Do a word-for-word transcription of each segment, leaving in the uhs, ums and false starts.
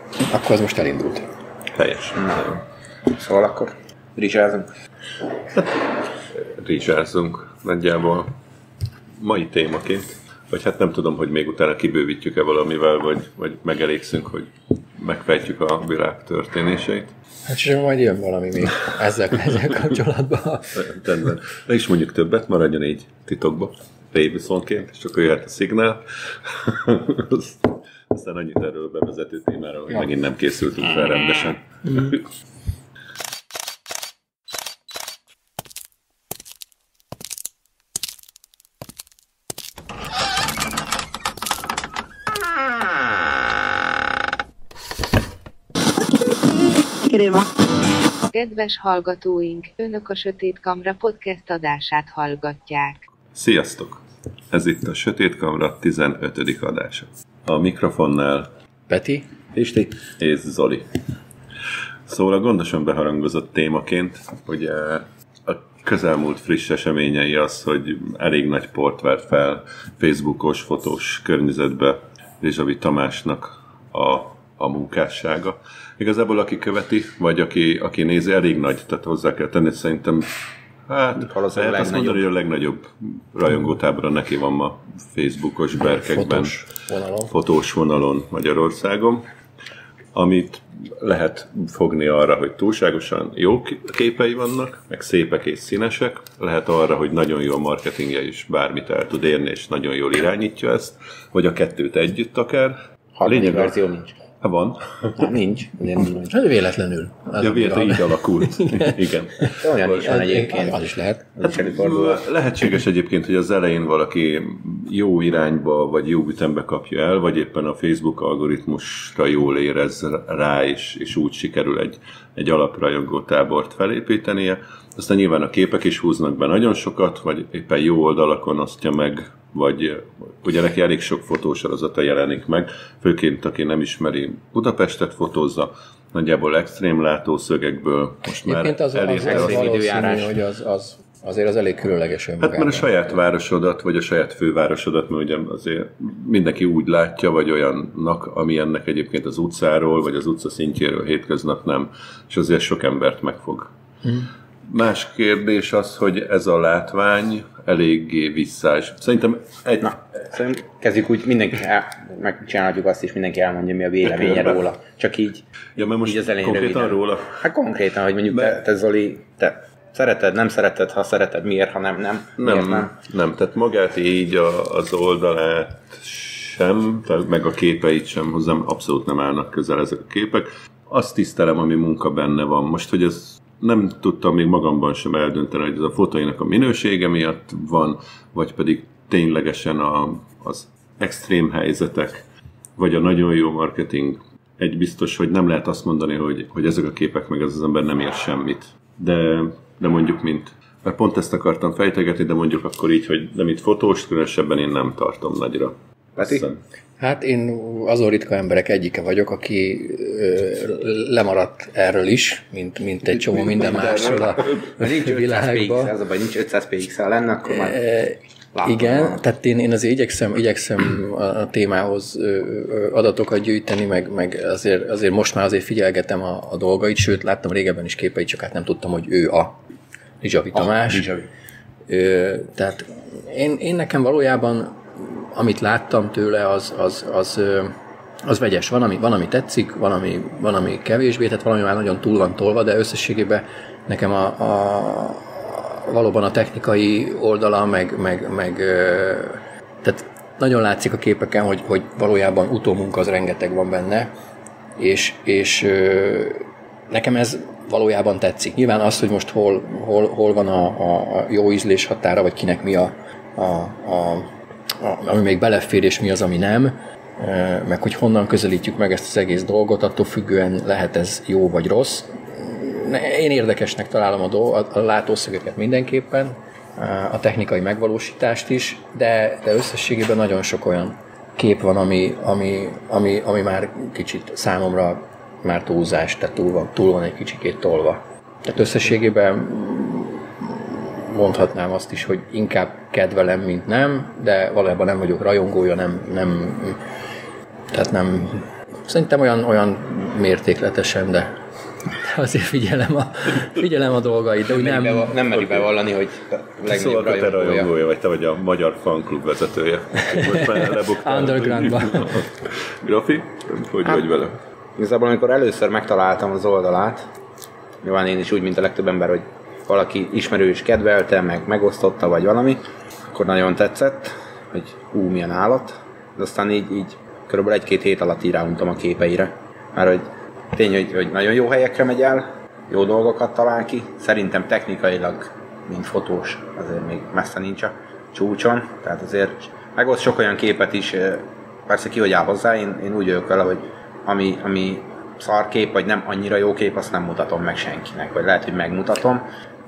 Akkor az most elindult. Helyes. Na. Szóval akkor rizsázunk. Rizsázunk nagyjából mai témaként. Vagy hát nem tudom, hogy még utána kibővítjük-e valamivel, vagy, vagy megelégszünk, hogy megfejtjük a világ történéseit. Hát sem majd jön valami még ezzel, ezzel kapcsolatban. Rendben. Ne is mondjuk többet, maradjon így titokba, Davisonként, és akkor jöhet a szignál. Aztán annyit erről a bevezető témára, hogy ja. megint nem készültünk fel rendesen. Mm. Kedves hallgatóink, Önök a Sötét Kamra podcast adását hallgatják. Sziasztok! Ez itt a Sötét Kamra tizenötödik adása. A mikrofonnál Peti, Pisti és Zoli. Szóval gondosan beharangozott témaként, hogy a közelmúlt friss eseményei az, hogy elég nagy port vert fel Facebookos, fotós környezetbe Rizsavi Tamásnak a, a munkássága. Igazából aki követi, vagy aki, aki nézi, elég nagy, tehát hozzá kell tenni, szerintem hát, lehet azt mondani, hogy a legnagyobb rajongótábora neki van ma Facebookos berkekben, fotós vonalon. fotós vonalon Magyarországon, amit lehet fogni arra, hogy túlságosan jó képei vannak, meg szépek és színesek, lehet arra, hogy nagyon jó a marketingje is bármit el tud érni, és nagyon jól irányítja ezt, vagy a kettőt együtt akár. Harmadik verzió nincs. Ha van. Ha, nincs. nincs. Hát véletlenül. Ja, véletlenül így alakult. Igen. De olyan is van egyébként. Az is lehet. Hát, lehetséges egyébként, hogy az elején valaki jó irányba, vagy jó ütembe kapja el, vagy éppen a Facebook algoritmusra jól érez rá, és, és úgy sikerül egy, egy alaprajongó tábort felépítenie. Aztán nyilván a képek is húznak be nagyon sokat, vagy éppen jó oldalakon osztja meg, vagy ugye neki elég sok fotósorozata jelenik meg, főként aki nem ismeri Budapestet fotózza, nagyjából extrém látószögekből. Most már az, elérte az, az, az valószínű, hogy az, az, azért az elég különleges önmagában. Hát mert a saját városodat, vagy a saját fővárosodat, mert ugye azért mindenki úgy látja, vagy olyannak, ami ennek egyébként az utcáról, vagy az utca szintjéről hétköznap nem, és azért sok embert megfog. Hmm. Más kérdés az, hogy ez a látvány eléggé visszás. Szerintem egy... Na, szerintem kezdjük úgy, mindenki el, megcsinálhatjuk azt is, mindenki elmondja, mi a véleménye róla. Csak így, ja, mert most így az elején konkrétan röviden. Róla? Hát konkrétan, hogy mondjuk te, te Zoli, te szereted, nem szereted, ha szereted, miért, ha nem, nem. Miért Nem, nem, nem. Tehát magát így a, az oldalát sem, meg a képeit sem, hozzám abszolút nem állnak közel ezek a képek. Azt tisztelem, ami munka benne van. Most, hogy ez nem tudtam még magamban sem eldönteni, hogy ez a fotóinak a minősége miatt van, vagy pedig ténylegesen a, az extrém helyzetek, vagy a nagyon jó marketing. Egy biztos, hogy nem lehet azt mondani, hogy, hogy ezek a képek meg ez az ember nem ér semmit. De, de mondjuk mint, mert pont ezt akartam fejtegetni, de mondjuk akkor így, hogy nem itt fotós, különösebben én nem tartom nagyra. Peti? Hát én azon ritka emberek egyike vagyok, aki ö, lemaradt erről is, mint, mint egy csomó minden másról a világban. Ez a baj, nincs ötszáz pé iksz-el lenne, akkor már látom. Igen, tehát én, én azért igyekszem, igyekszem a témához adatokat gyűjteni, meg, meg azért, azért most már azért figyelgetem a, a dolgait, sőt láttam régebben is képeit, csak hát nem tudtam, hogy ő a Rizsavi Tamás. A Rizsavi. Ö, tehát én, én nekem valójában amit láttam tőle, az, az, az, az vegyes. Van ami, van, ami tetszik, van ami, van, ami kevésbé, tehát valami már nagyon túl van tolva, de összességében nekem a, a, valóban a technikai oldala, meg, meg, meg tehát nagyon látszik a képeken, hogy, hogy valójában utómunka az rengeteg van benne, és, és nekem ez valójában tetszik. Nyilván az, hogy most hol, hol, hol van a, a jó ízlés határa, vagy kinek mi a, a, a ami még belefér, és mi az, ami nem, meg hogy honnan közelítjük meg ezt az egész dolgot, attól függően lehet ez jó vagy rossz. Én érdekesnek találom a, dolg, a látószögeket mindenképpen, a technikai megvalósítást is, de, de összességében nagyon sok olyan kép van, ami, ami, ami, ami már kicsit számomra már túlzás, tehát túl van, túl van egy kicsikét tolva. Tehát összességében mondhatnám azt is, hogy inkább kedvelem, mint nem, de valójában nem vagyok rajongója, nem, nem tehát nem, szerintem olyan, olyan mértékletesen, de azért figyelem a, figyelem a dolgait, de úgy nem... Nem, nem meri bevallani, hogy a legnagyobb Szóval te rajongója. rajongója vagy, te vagy a magyar fanklub vezetője. Most már lebuktál. Undergroundban. Grafi, hogy vagy vele? Igazából, amikor először megtaláltam az oldalát, nyilván én is úgy, mint a legtöbb ember, hogy valaki ismerős kedvelte, meg megosztotta, vagy valami, akkor nagyon tetszett, hogy hú, milyen állat, de aztán így, így körülbelül egy-két hét alatt így ráuntam a képeire. Már hogy tény, hogy, hogy nagyon jó helyekre megy el, jó dolgokat talál ki, szerintem technikailag, mint fotós, azért még messze nincs a csúcson, tehát azért megoszt sok olyan képet is, persze ki hogy áll hozzá, én, én úgy vagyok vele, hogy ami, ami szarkép, vagy nem annyira jó kép, azt nem mutatom meg senkinek, vagy lehet, hogy megmutatom,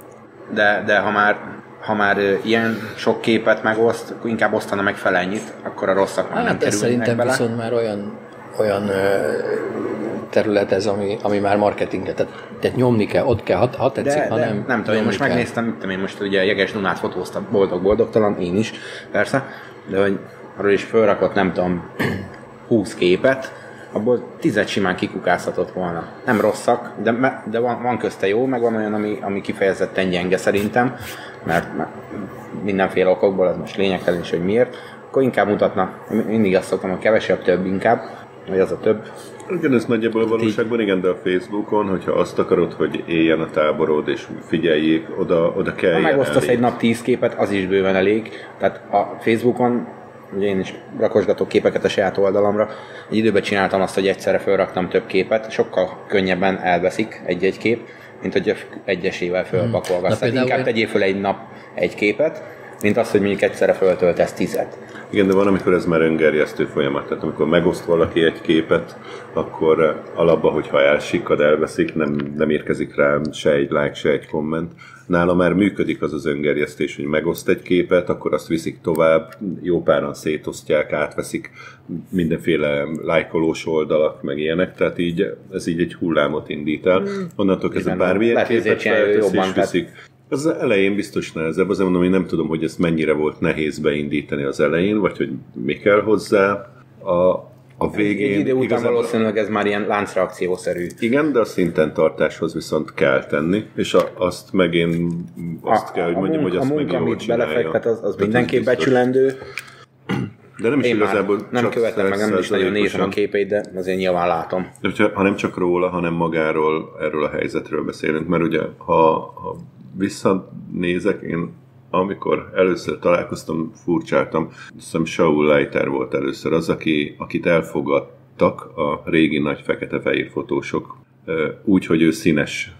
de, de ha már, ha már ilyen sok képet megoszt, akkor inkább osztana meg fel ennyit, akkor a rosszak már hát nem kerülnek szerintem bele. viszont már olyan, olyan ö, terület ez, ami, ami már marketing, tehát, tehát nyomni kell, ott kell, ha, ha tetszik, de, ha de nem. nem tudom, én most kell. megnéztem, mit tudom én most ugye Jeges Dunát fotóztam, boldog-boldogtalan, én is, persze, de hogy arról is felrakott, nem tudom, húsz képet, abból tízet simán kikukázhatott volna. Nem rosszak, de, de van, van közte jó, meg van olyan, ami, ami kifejezetten gyenge szerintem, mert, mert mindenféle okokból, ez most lényegtelen is, hogy miért, akkor inkább mutatna, mindig azt szoktam, hogy kevesebb, több inkább, vagy az a több. Igen, ez nagyjából a valóságban, igen, de a Facebookon, hogyha azt akarod, hogy éljen a táborod, és figyeljék, oda, oda kell Ha megosztasz elég. egy nap tíz képet, az is bőven elég. Tehát a Facebookon, ugye én is rakosgatok képeket a saját oldalamra, egy időben csináltam azt, hogy egyszerre felraktam több képet, sokkal könnyebben elveszik egy-egy kép, mint hogy egyesével fölpakolgatsz. Hmm. Inkább tegyél föl egy nap egy képet, mint az, hogy mondjuk egyszerre föltöltesz tizet. Igen, de van, amikor ez már öngerjesztő folyamat. Tehát amikor megoszt valaki egy képet, akkor alapban, hogyha elsikkad, elveszik, nem, nem érkezik rá se egy like, se egy komment. Nála már működik az az öngerjesztés, hogy megoszt egy képet, akkor azt viszik tovább, jó páran szétosztják, átveszik mindenféle lájkolós oldalak, meg ilyenek, tehát így, ez így egy hullámot indít el. Onnantól kezdve bármilyen képet feltesz és viszik. Az elején biztos nehezebb, azért mondom, hogy nem tudom, hogy ezt mennyire volt nehéz beindítani az elején, vagy hogy mi kell hozzá. A, a végén... Egy idő után igazából... valószínűleg ez már ilyen láncreakciószerű. Igen, de a szinten tartáshoz viszont kell tenni, és a, azt meg én azt a, kell, hogy mondjam, munka, hogy azt a munka, meg jól amit csinálja. belefektet, az, az Tehát mindenképp biztos. becsülendő. De nem is Én igazából már nem csak követem meg, nem is nagyon nézem a százalékosan. képeit, de azért nyilván látom. Hogyha, ha nem csak róla, hanem magáról, erről a helyzetről beszélünk, mert ugye, ha, ha visszanézek, én amikor először találkoztam, furcsáltam, hiszem Saul Leiter volt először az, aki, akit elfogadtak a régi nagy fekete-fehér fotósok úgy, hogy ő színes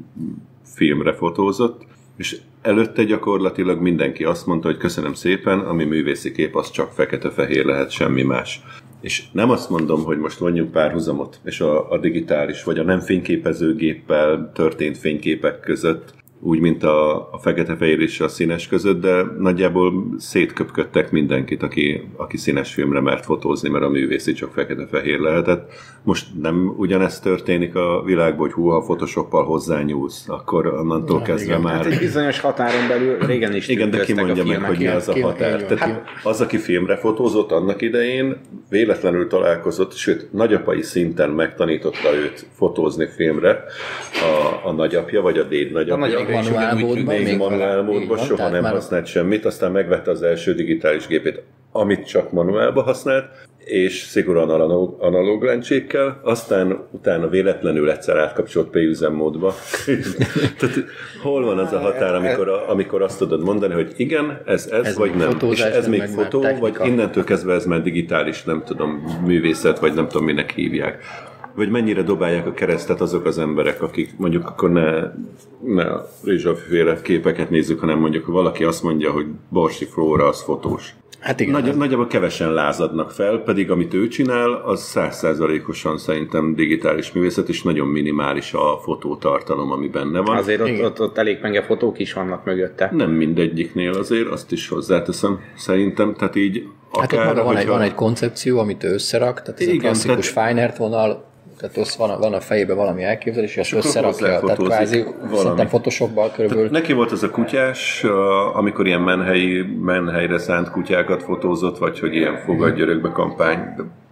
filmre fotózott, és előtte gyakorlatilag mindenki azt mondta, hogy köszönöm szépen, ami művészi kép, az csak fekete-fehér lehet, semmi más. És nem azt mondom, hogy most vonjunk párhuzamot, és a, a digitális, vagy a nem fényképezőgéppel történt fényképek között, úgy, mint a, a fekete-fehér és a színes között, de nagyjából szétköpködtek mindenkit, aki, aki színes filmre mert fotózni, mert a művészi csak fekete-fehér lehetett. Most nem ugyanezt történik a világban, hogy hú, ha Photoshoppal hozzányúlsz, akkor onnantól ja, kezdve igen. már... Hát egy bizonyos határon belül régen is igen, de ki mondja a meg, hogy mi az a határ. ki, Tehát az, aki filmre fotózott annak idején, véletlenül találkozott, sőt, nagyapai szinten megtanította őt fotózni filmre a, a nagyapja, vagy a déd nagyapja. Manuálmódban, még manuálmódban, soha nem már... használt semmit, aztán megvette az első digitális gépét, amit csak manuálba használt, és szigorúan analóg, analóg lencsékkel, aztán utána véletlenül egyszer átkapcsolt P üzemmódba. Tehát hol van az a határ, amikor, a, amikor azt tudod mondani, hogy igen, ez ez, ez vagy nem. És ez még fotó, vagy innentől kezdve ez már digitális, nem tudom, művészet, vagy nem tudom, minek hívják. Vagy mennyire dobálják a keresztet azok az emberek, akik mondjuk akkor ne, ne a Rizsaféle képeket nézzük, hanem mondjuk, hogy valaki azt mondja, hogy Borsi Flóra az fotós. Hát igen. Nagy, nagyjából kevesen lázadnak fel, pedig amit ő csinál, az száz százalékosan szerintem digitális művészet, és nagyon minimális a fotótartalom, ami benne van. Azért ott, ott, ott elég penge fotók is vannak mögötte. Nem mindegyiknél azért, azt is hozzáteszem, szerintem, tehát így akár... Hát ott van, egy, van egy koncepció, amit ő összerak, tehát ez igen, a klasszikus tehát... Feinert vonal, tehát ott van, van a fejében valami elképzelés, és azt összerakja, tehát kvázi szerintem Photoshopban körülbelül. Tehát neki volt ez a kutyás, amikor ilyen menhelyi, menhelyre szánt kutyákat fotózott, vagy hogy ilyen fogadj örökbe kampány,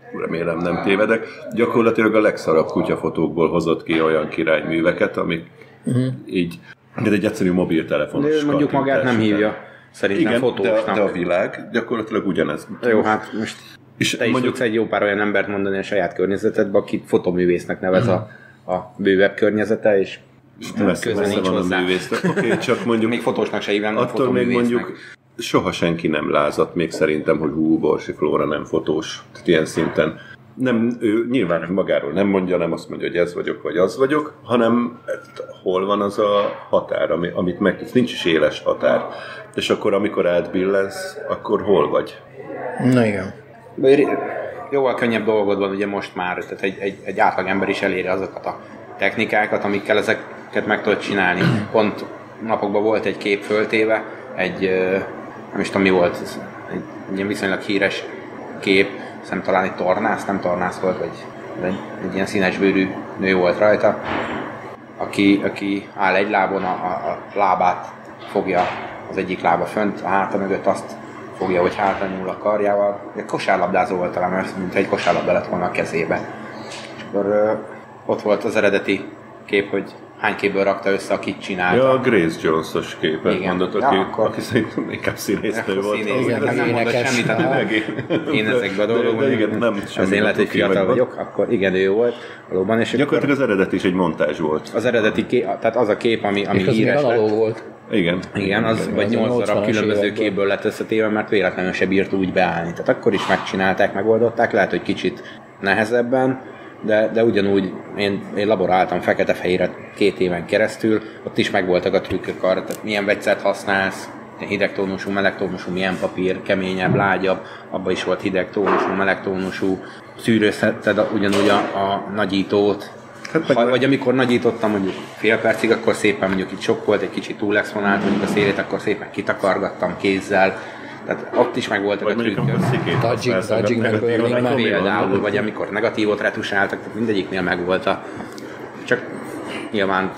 remélem nem tévedek, gyakorlatilag a legszarabb kutyafotókból hozott ki olyan királyműveket, amik uh-huh. így, de egy egyszerű mobiltelefonos de mondjuk magát nem hívja szerintem igen, fotósnak. De, de a világ gyakorlatilag ugyanez. Jó, hát most és te is mondjuk tudsz egy jó pár olyan embert mondani a saját környezetedben, akit fotoművésznek nevez uh-huh. a, a bővebb környezete, és messze, messze van hozzá. A művésznek. Okay, csak mondjuk még fotósnak se hívnám, attól még mondjuk soha senki nem lázadt még szerintem, hogy hú, Borsi Flóra nem fotós. Tehát ilyen szinten nem, ő nyilván magáról nem mondja, nem azt mondja, hogy ez vagyok, vagy az vagyok, hanem hol van az a határ, ami, amit meg nincs is éles határ. És akkor, amikor átbillensz, akkor hol vagy? Na igen. Jóval könnyebb dolgod van ugye most már, tehát egy, egy, egy átlagember is eléri azokat a technikákat, amikkel ezeket meg tudod csinálni. Pont napokban volt egy kép föltéve, egy, nem is tudom mi volt, egy, egy ilyen viszonylag híres kép, szerintem talán egy tornász, nem tornász volt, vagy egy, egy ilyen színesbőrű nő volt rajta, aki, aki áll egy lábon, a, a, a lábát fogja, az egyik lába fönt, a háta mögött azt fogja, hogy hátra nyúl a karjával. Egy kosárlabdázó volt talán, mert mint egy kosárlabda lett volna a kezébe. És akkor ö, ott volt az eredeti kép, hogy hány képből rakta össze, akit csinálta. Ja, a Grace Jones-os képet igen. mondott, aki, ja, akkor... aki szerintem inkább színésznő volt. Színész, igen, nem mondott semmit, tehát én ezekben a dolgokban. Igen, nem az én lehet, hogy fiatal vagyok, akkor igen, ő volt valóban. És gyakorlatilag az eredeti is egy montázs volt. Az eredeti kép, tehát az a kép, ami, ami híres lett. volt. Igen. Igen, az igen, vagy nyolc darab különböző években. Képből lett összetéve, mert véletlenül se bírt úgy beállni. Tehát akkor is megcsinálták, megoldották, lehet, hogy kicsit nehezebben, de, de ugyanúgy én, én laboráltam fekete-fehéret két éven keresztül, ott is megvoltak a trükkök arra, tehát milyen vegyszert használsz, hidegtónusú, melegtónusú, milyen papír, keményebb, lágyabb, abban is volt hidegtónusú, melegtónusú, szűrőzheted ugyanúgy a, a nagyítót, hát ha, vagy amikor nagyítottam mondjuk fél percig, akkor szépen mondjuk itt sok volt, egy kicsit túl exponált mondjuk a szélét, akkor szépen kitakargattam kézzel, tehát ott is meg voltak a trükkök. Dodging, meg burning, például, vagy amikor negatívot retusáltak, tehát mindegyiknél meg volt a... Csak nyilván,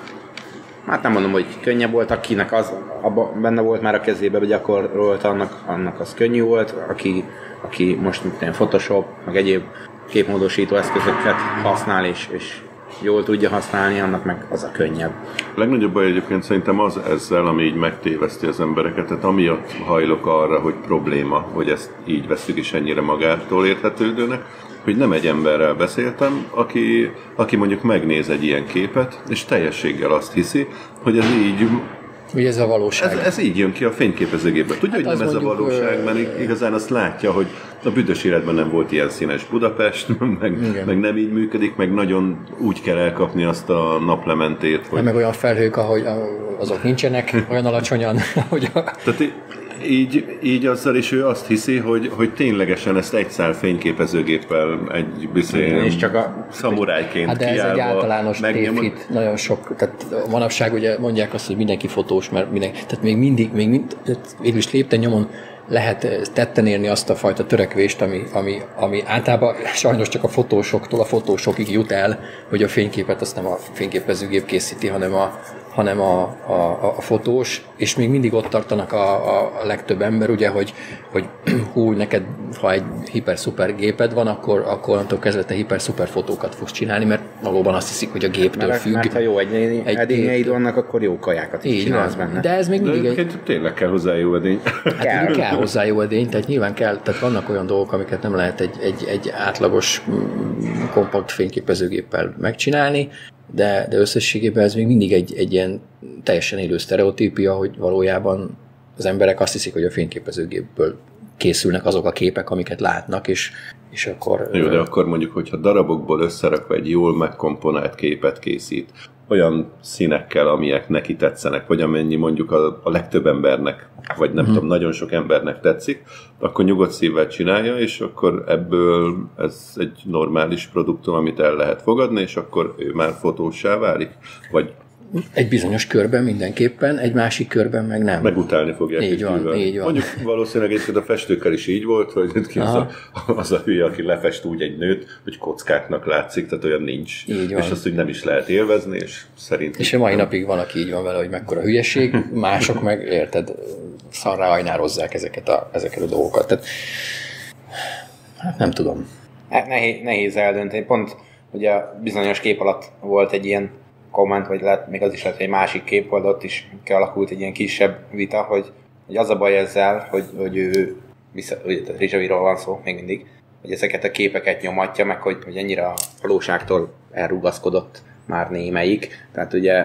hát nem mondom, hogy könnyebb volt, akinek az abba benne volt már a kezébe, vagy gyakorolta, annak, annak az könnyű volt, aki, aki most mint ilyen Photoshop, meg egyéb képmódosító eszközöket használ, és, és jól tudja használni, annak meg az a könnyebb. A legnagyobb baj egyébként szerintem az ezzel, ami így megtéveszti az embereket, tehát amiatt hajlok arra, hogy probléma, hogy ezt így veszük is ennyire magától érthetődőnek, hogy nem egy emberrel beszéltem, aki, aki mondjuk megnéz egy ilyen képet, és teljességgel azt hiszi, hogy ez így... Hogy ez a valóság. Ez, ez így jön ki a fényképezőgépben. Tudja, hát hogy nem ez mondjuk, a valóság, mert igazán azt látja, hogy a büdös életben nem volt ilyen színes Budapest, meg, meg nem így működik, meg nagyon úgy kell elkapni azt a naplementét. Hogy... Meg olyan felhők, ahogy azok nincsenek, olyan alacsonyan, hogy a... Tehát így, így azzal is ő azt hiszi, hogy, hogy ténylegesen ezt egy szál fényképezőgéppel egy bizony szamurájként hát de ez kiállva, egy általános megnyomod... tévhit, nagyon sok, tehát manapság ugye mondják azt, hogy mindenki fotós, mert mindenki, tehát még mindig, még mind, végül is lépten nyomon lehet tetten érni azt a fajta törekvést, ami, ami, ami általában sajnos csak a fotósoktól a fotósokig jut el, hogy a fényképet azt nem a fényképezőgép készíti, hanem a, hanem a, a, a fotós, és még mindig ott tartanak a, a, a legtöbb ember, ugye, hogy, hogy hú, neked, ha egy hiper-szuper géped van, akkor, akkor onnantól kezdve te hiper-szuper fotókat fogsz csinálni, mert valóban azt hiszik, hogy a géptől mert, függ. Mert ha jó egy, edényeid vannak, akkor jó kajákat is csinálsz benne. De ez még mindig egy... tényleg kell hozzá jó edény. Hát kell hozzá jó edény, tehát nyilván kell, tehát vannak olyan dolgok, amiket nem lehet egy, egy, egy átlagos kompakt fényképezőgéppel megcsinálni, de, de összességében ez még mindig egy, egy ilyen teljesen élő sztereotípia, hogy valójában az emberek azt hiszik, hogy a fényképezőgépből készülnek azok a képek, amiket látnak, és, és akkor... Jó, de akkor mondjuk, hogyha darabokból összerakva egy jól megkomponált képet készít, olyan színekkel, amilyek neki tetszenek, vagy amennyi mondjuk a, a legtöbb embernek, vagy nem hmm. tudom, nagyon sok embernek tetszik, akkor nyugodt szívvel csinálja, és akkor ebből ez egy normális produktum, amit el lehet fogadni, és akkor ő már fotóssá válik? Vagy egy bizonyos körben mindenképpen, egy másik körben meg nem. Megutálni fogják. Így van, kívül. így van. Mondjuk valószínűleg egyébként a festőkkel is így volt, hogy ki az, a, az a hülye, aki lefest úgy egy nőt, hogy kockáknak látszik, tehát olyan nincs. Így van. És azt úgy nem is lehet élvezni, és szerintem... És a mai napig van, aki így van vele, hogy mekkora hülyeség, mások meg, érted, szarrá ajnározzák ezeket a, ezeket a dolgokat. Tehát, hát nem tudom. Nehéz, nehéz eldönteni. Pont ugye bizonyos kép alatt volt egy ilyen komment, vagy lehet, még az is lehet, hogy egy másik kép volt, ott is kialakult egy ilyen kisebb vita, hogy, hogy az a baj ezzel, hogy, hogy ő, vissza, Rizsaviról van szó még mindig, hogy ezeket a képeket nyomatja, meg hogy, hogy ennyire a valóságtól elrugaszkodott már némelyik. Tehát ugye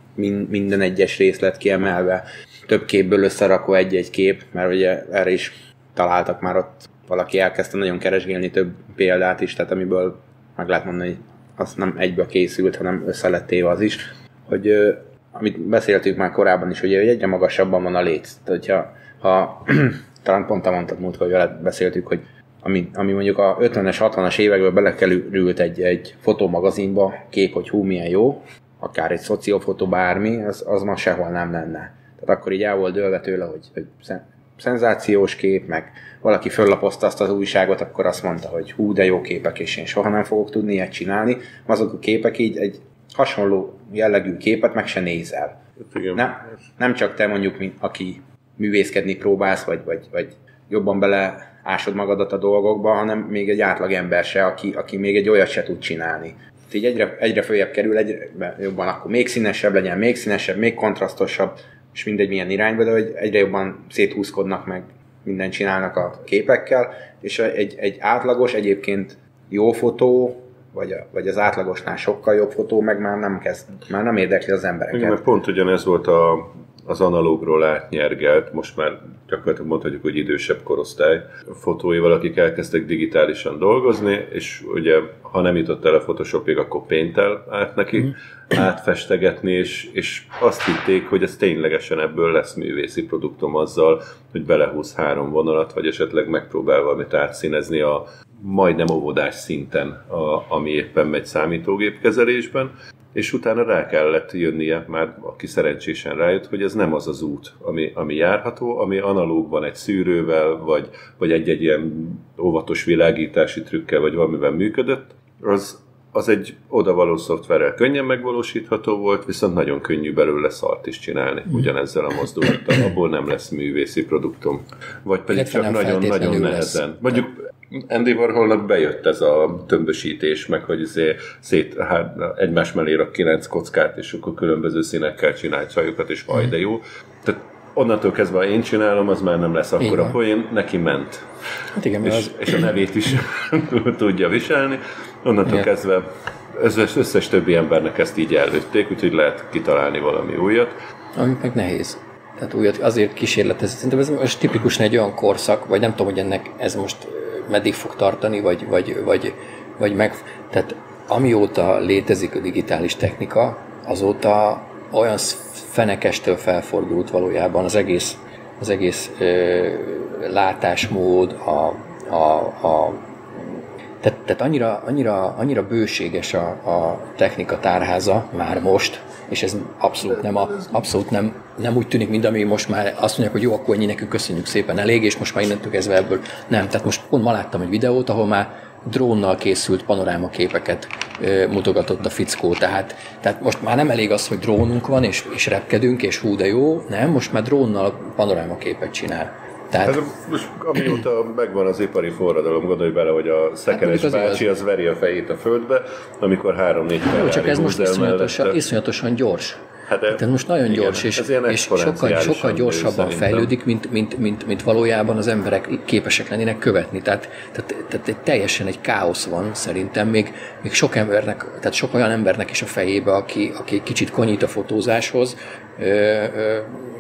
minden egyes részlet kiemelve, több képből összerakva egy-egy kép, mert ugye erre is találtak már ott, valaki elkezdte nagyon keresgélni több példát is, tehát amiből meg lehet mondani, hogy az nem egyből készült, hanem össze lett téve az is, hogy amit beszéltük már korábban is, ugye, hogy egyre magasabban van a léc. Tehát, hogyha, ha, talán pont te mondtad múltkor, hogy veled beszéltük, hogy ami, ami mondjuk a ötvenes, hatvanas évekből belekerült egy, egy fotómagazinba, kép, hogy hú, milyen jó, akár egy szociofotó, bármi, az, az ma sehol nem lenne. Tehát akkor így el volt dőlve tőle, hogy, hogy szenzációs kép, meg valaki föllapozta azt az újságot, akkor azt mondta, hogy hú, de jó képek, és én soha nem fogok tudni ilyet csinálni. Azok a képek így egy hasonló jellegű képet meg se nézel. Nem, nem csak te mondjuk, mint aki művészkedni próbálsz, vagy, vagy, vagy jobban beleásod magadat a dolgokba, hanem még egy átlag ember se, aki, aki még egy olyat se tud csinálni. Így egyre, egyre följebb kerül, egyre jobban akkor még színesebb legyen, még színesebb, még kontrasztosabb, és mindegy milyen irányba, de hogy egyre jobban széthúzkodnak meg, mindent csinálnak a képekkel, és egy, egy átlagos, egyébként jó fotó, vagy, a, vagy az átlagosnál sokkal jobb fotó, meg már nem kezd, már nem érdekli az embereket. Igen, mert pont ugyanez volt a, az analógról átnyergelt, most már gyakorlatilag mondhatjuk, hogy idősebb korosztály fotóival, akik elkezdtek digitálisan dolgozni, és ugye, ha nem jutott el a Photoshopig, akkor Paint-tel állt nekik mm. átfestegetni, és, és azt hitték, hogy ez ténylegesen ebből lesz művészi produktum azzal, hogy belehúz három vonalat, vagy esetleg megpróbál valamit átszínezni a majdnem óvodás szinten, a, ami éppen megy számítógépkezelésben, és utána rá kellett jönnie, már aki szerencsésen rájött, hogy ez nem az az út, ami, ami járható, ami analógban egy szűrővel, vagy, vagy egy-egy ilyen óvatos világítási trükkel, vagy valamivel működött, az, az egy odavaló szoftverrel könnyen megvalósítható volt, viszont nagyon könnyű belőle szart is csinálni, ugyanezzel a mozdulattal, abból nem lesz művészi produktum. Vagy pedig csak nagyon-nagyon nehezen. Mondjuk Andy Warholnak bejött ez a tömbösítés, meg hogy szét, hát, egymás mellé rak kilenc kockát, és akkor különböző színekkel csinált csajokat, és haj, de jó. Tehát onnantól kezdve, ha én csinálom, az már nem lesz akkora poén, neki ment. Hát igen, és, az... és a nevét is tudja viselni. Onnantól igen. kezdve összes, összes többi embernek ezt így előtték, úgyhogy lehet kitalálni valami újat. Ami meg nehéz. Tehát újat azért kísérletez. Szerintem ez most tipikusan egy olyan korszak, vagy nem tudom, hogy ennek ez most meddig fog tartani, vagy, vagy, vagy, vagy meg... Tehát amióta létezik a digitális technika, azóta olyan fenekestől felfordult valójában az egész, az egész ö, látásmód, a, a, a tehát, tehát annyira, annyira, annyira bőséges a, a technika tárháza már most, és ez abszolút nem, a, abszolút nem, nem úgy tűnik, mint ami most már azt mondják, hogy jó, akkor ennyi nekünk köszönjük szépen elég, és most már innentől kezdve ebből nem. Tehát most pont ma láttam egy videót, ahol már drónnal készült panorámaképeket ö, mutogatott a fickó, tehát, tehát most már nem elég az, hogy drónunk van, és, és repkedünk, és hú de jó, nem, most már drónnal panorámaképet csinál. Tehát... Hát most amióta megvan az ipari forradalom, gondolj bele, hogy a Szekeres hát, bácsi az veri a fejét a földbe, amikor három-négy Ferrari csak ez most iszonyatosan, iszonyatosan gyors. Hát de, tehát most nagyon igen, gyors, és, és sokkal, sokkal gyorsabban fejlődik, mint, mint, mint, mint valójában az emberek képesek lennének követni. Tehát, tehát, tehát egy, teljesen egy káosz van szerintem, még, még sok embernek, tehát sok olyan embernek is a fejébe, aki, aki kicsit konyít a fotózáshoz. Ö, ö,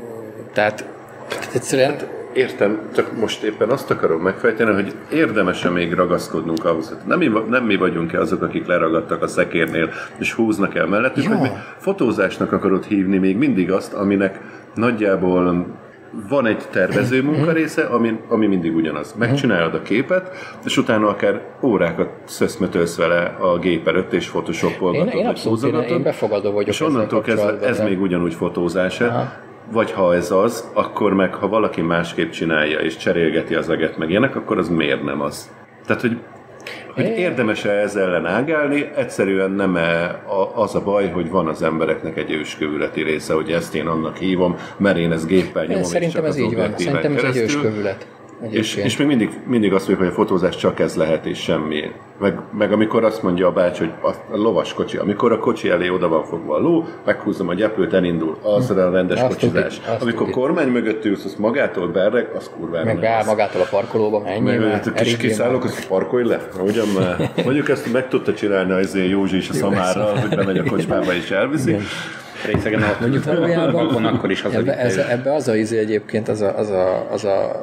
tehát, tehát egyszerűen... Értem, csak most éppen azt akarom megfejteni, hogy érdemes-e még ragaszkodnunk ahhoz, hogy nem mi, nem mi vagyunk-e azok, akik leragadtak a szekérnél, és húznak el mellettük, ja. hogy mi fotózásnak akarod hívni még mindig azt, aminek nagyjából van egy tervező munkarésze, ami, ami mindig ugyanaz. Megcsinálod a képet, és utána akár órákat szöszmötölsz vele a gép előtt, és photoshopolgatod, én, én vagy húzogatod. Én, én befogadó vagyok. És onnantól kezdve ez még ugyanúgy fotózása. Vagy ha ez az, akkor meg ha valaki másképp csinálja, és cserélgeti az eget meg ilyenek, akkor az miért nem az? Tehát, hogy, hogy érdemes-e ezzel ellen ágálni, egyszerűen nem -e az a baj, hogy van az embereknek egy őskövületi része, hogy ezt én annak hívom, mert én ezt géppel nyomom, szerintem és csak ez az így van. Szerintem ez egy őskövület. És, és még mindig, mindig azt mondjuk, hogy a fotózás csak ez lehet, és semmi. Meg, meg amikor azt mondja a bácsi, hogy a, a lovas kocsi, amikor a kocsi elé oda van fogva a ló, meghúzom a gyepőt, elindul, az a rendes azt kocsizás. Tudik, amikor tudik. Kormány mögött ülsz, az magától berreg, az kurvára meg beáll magától a parkolóba, menjél már. Meg kis kiszállok, azt parkolj le. Ugyan már. Mondjuk ezt meg tudta csinálni az Józsi is a szamárral, hogy bemegy a kocsmába és elviszi. Részegen ott mondjuk valójában van akkor is ebbe, ez, ebbe az a izé egyébként az a, az a, az a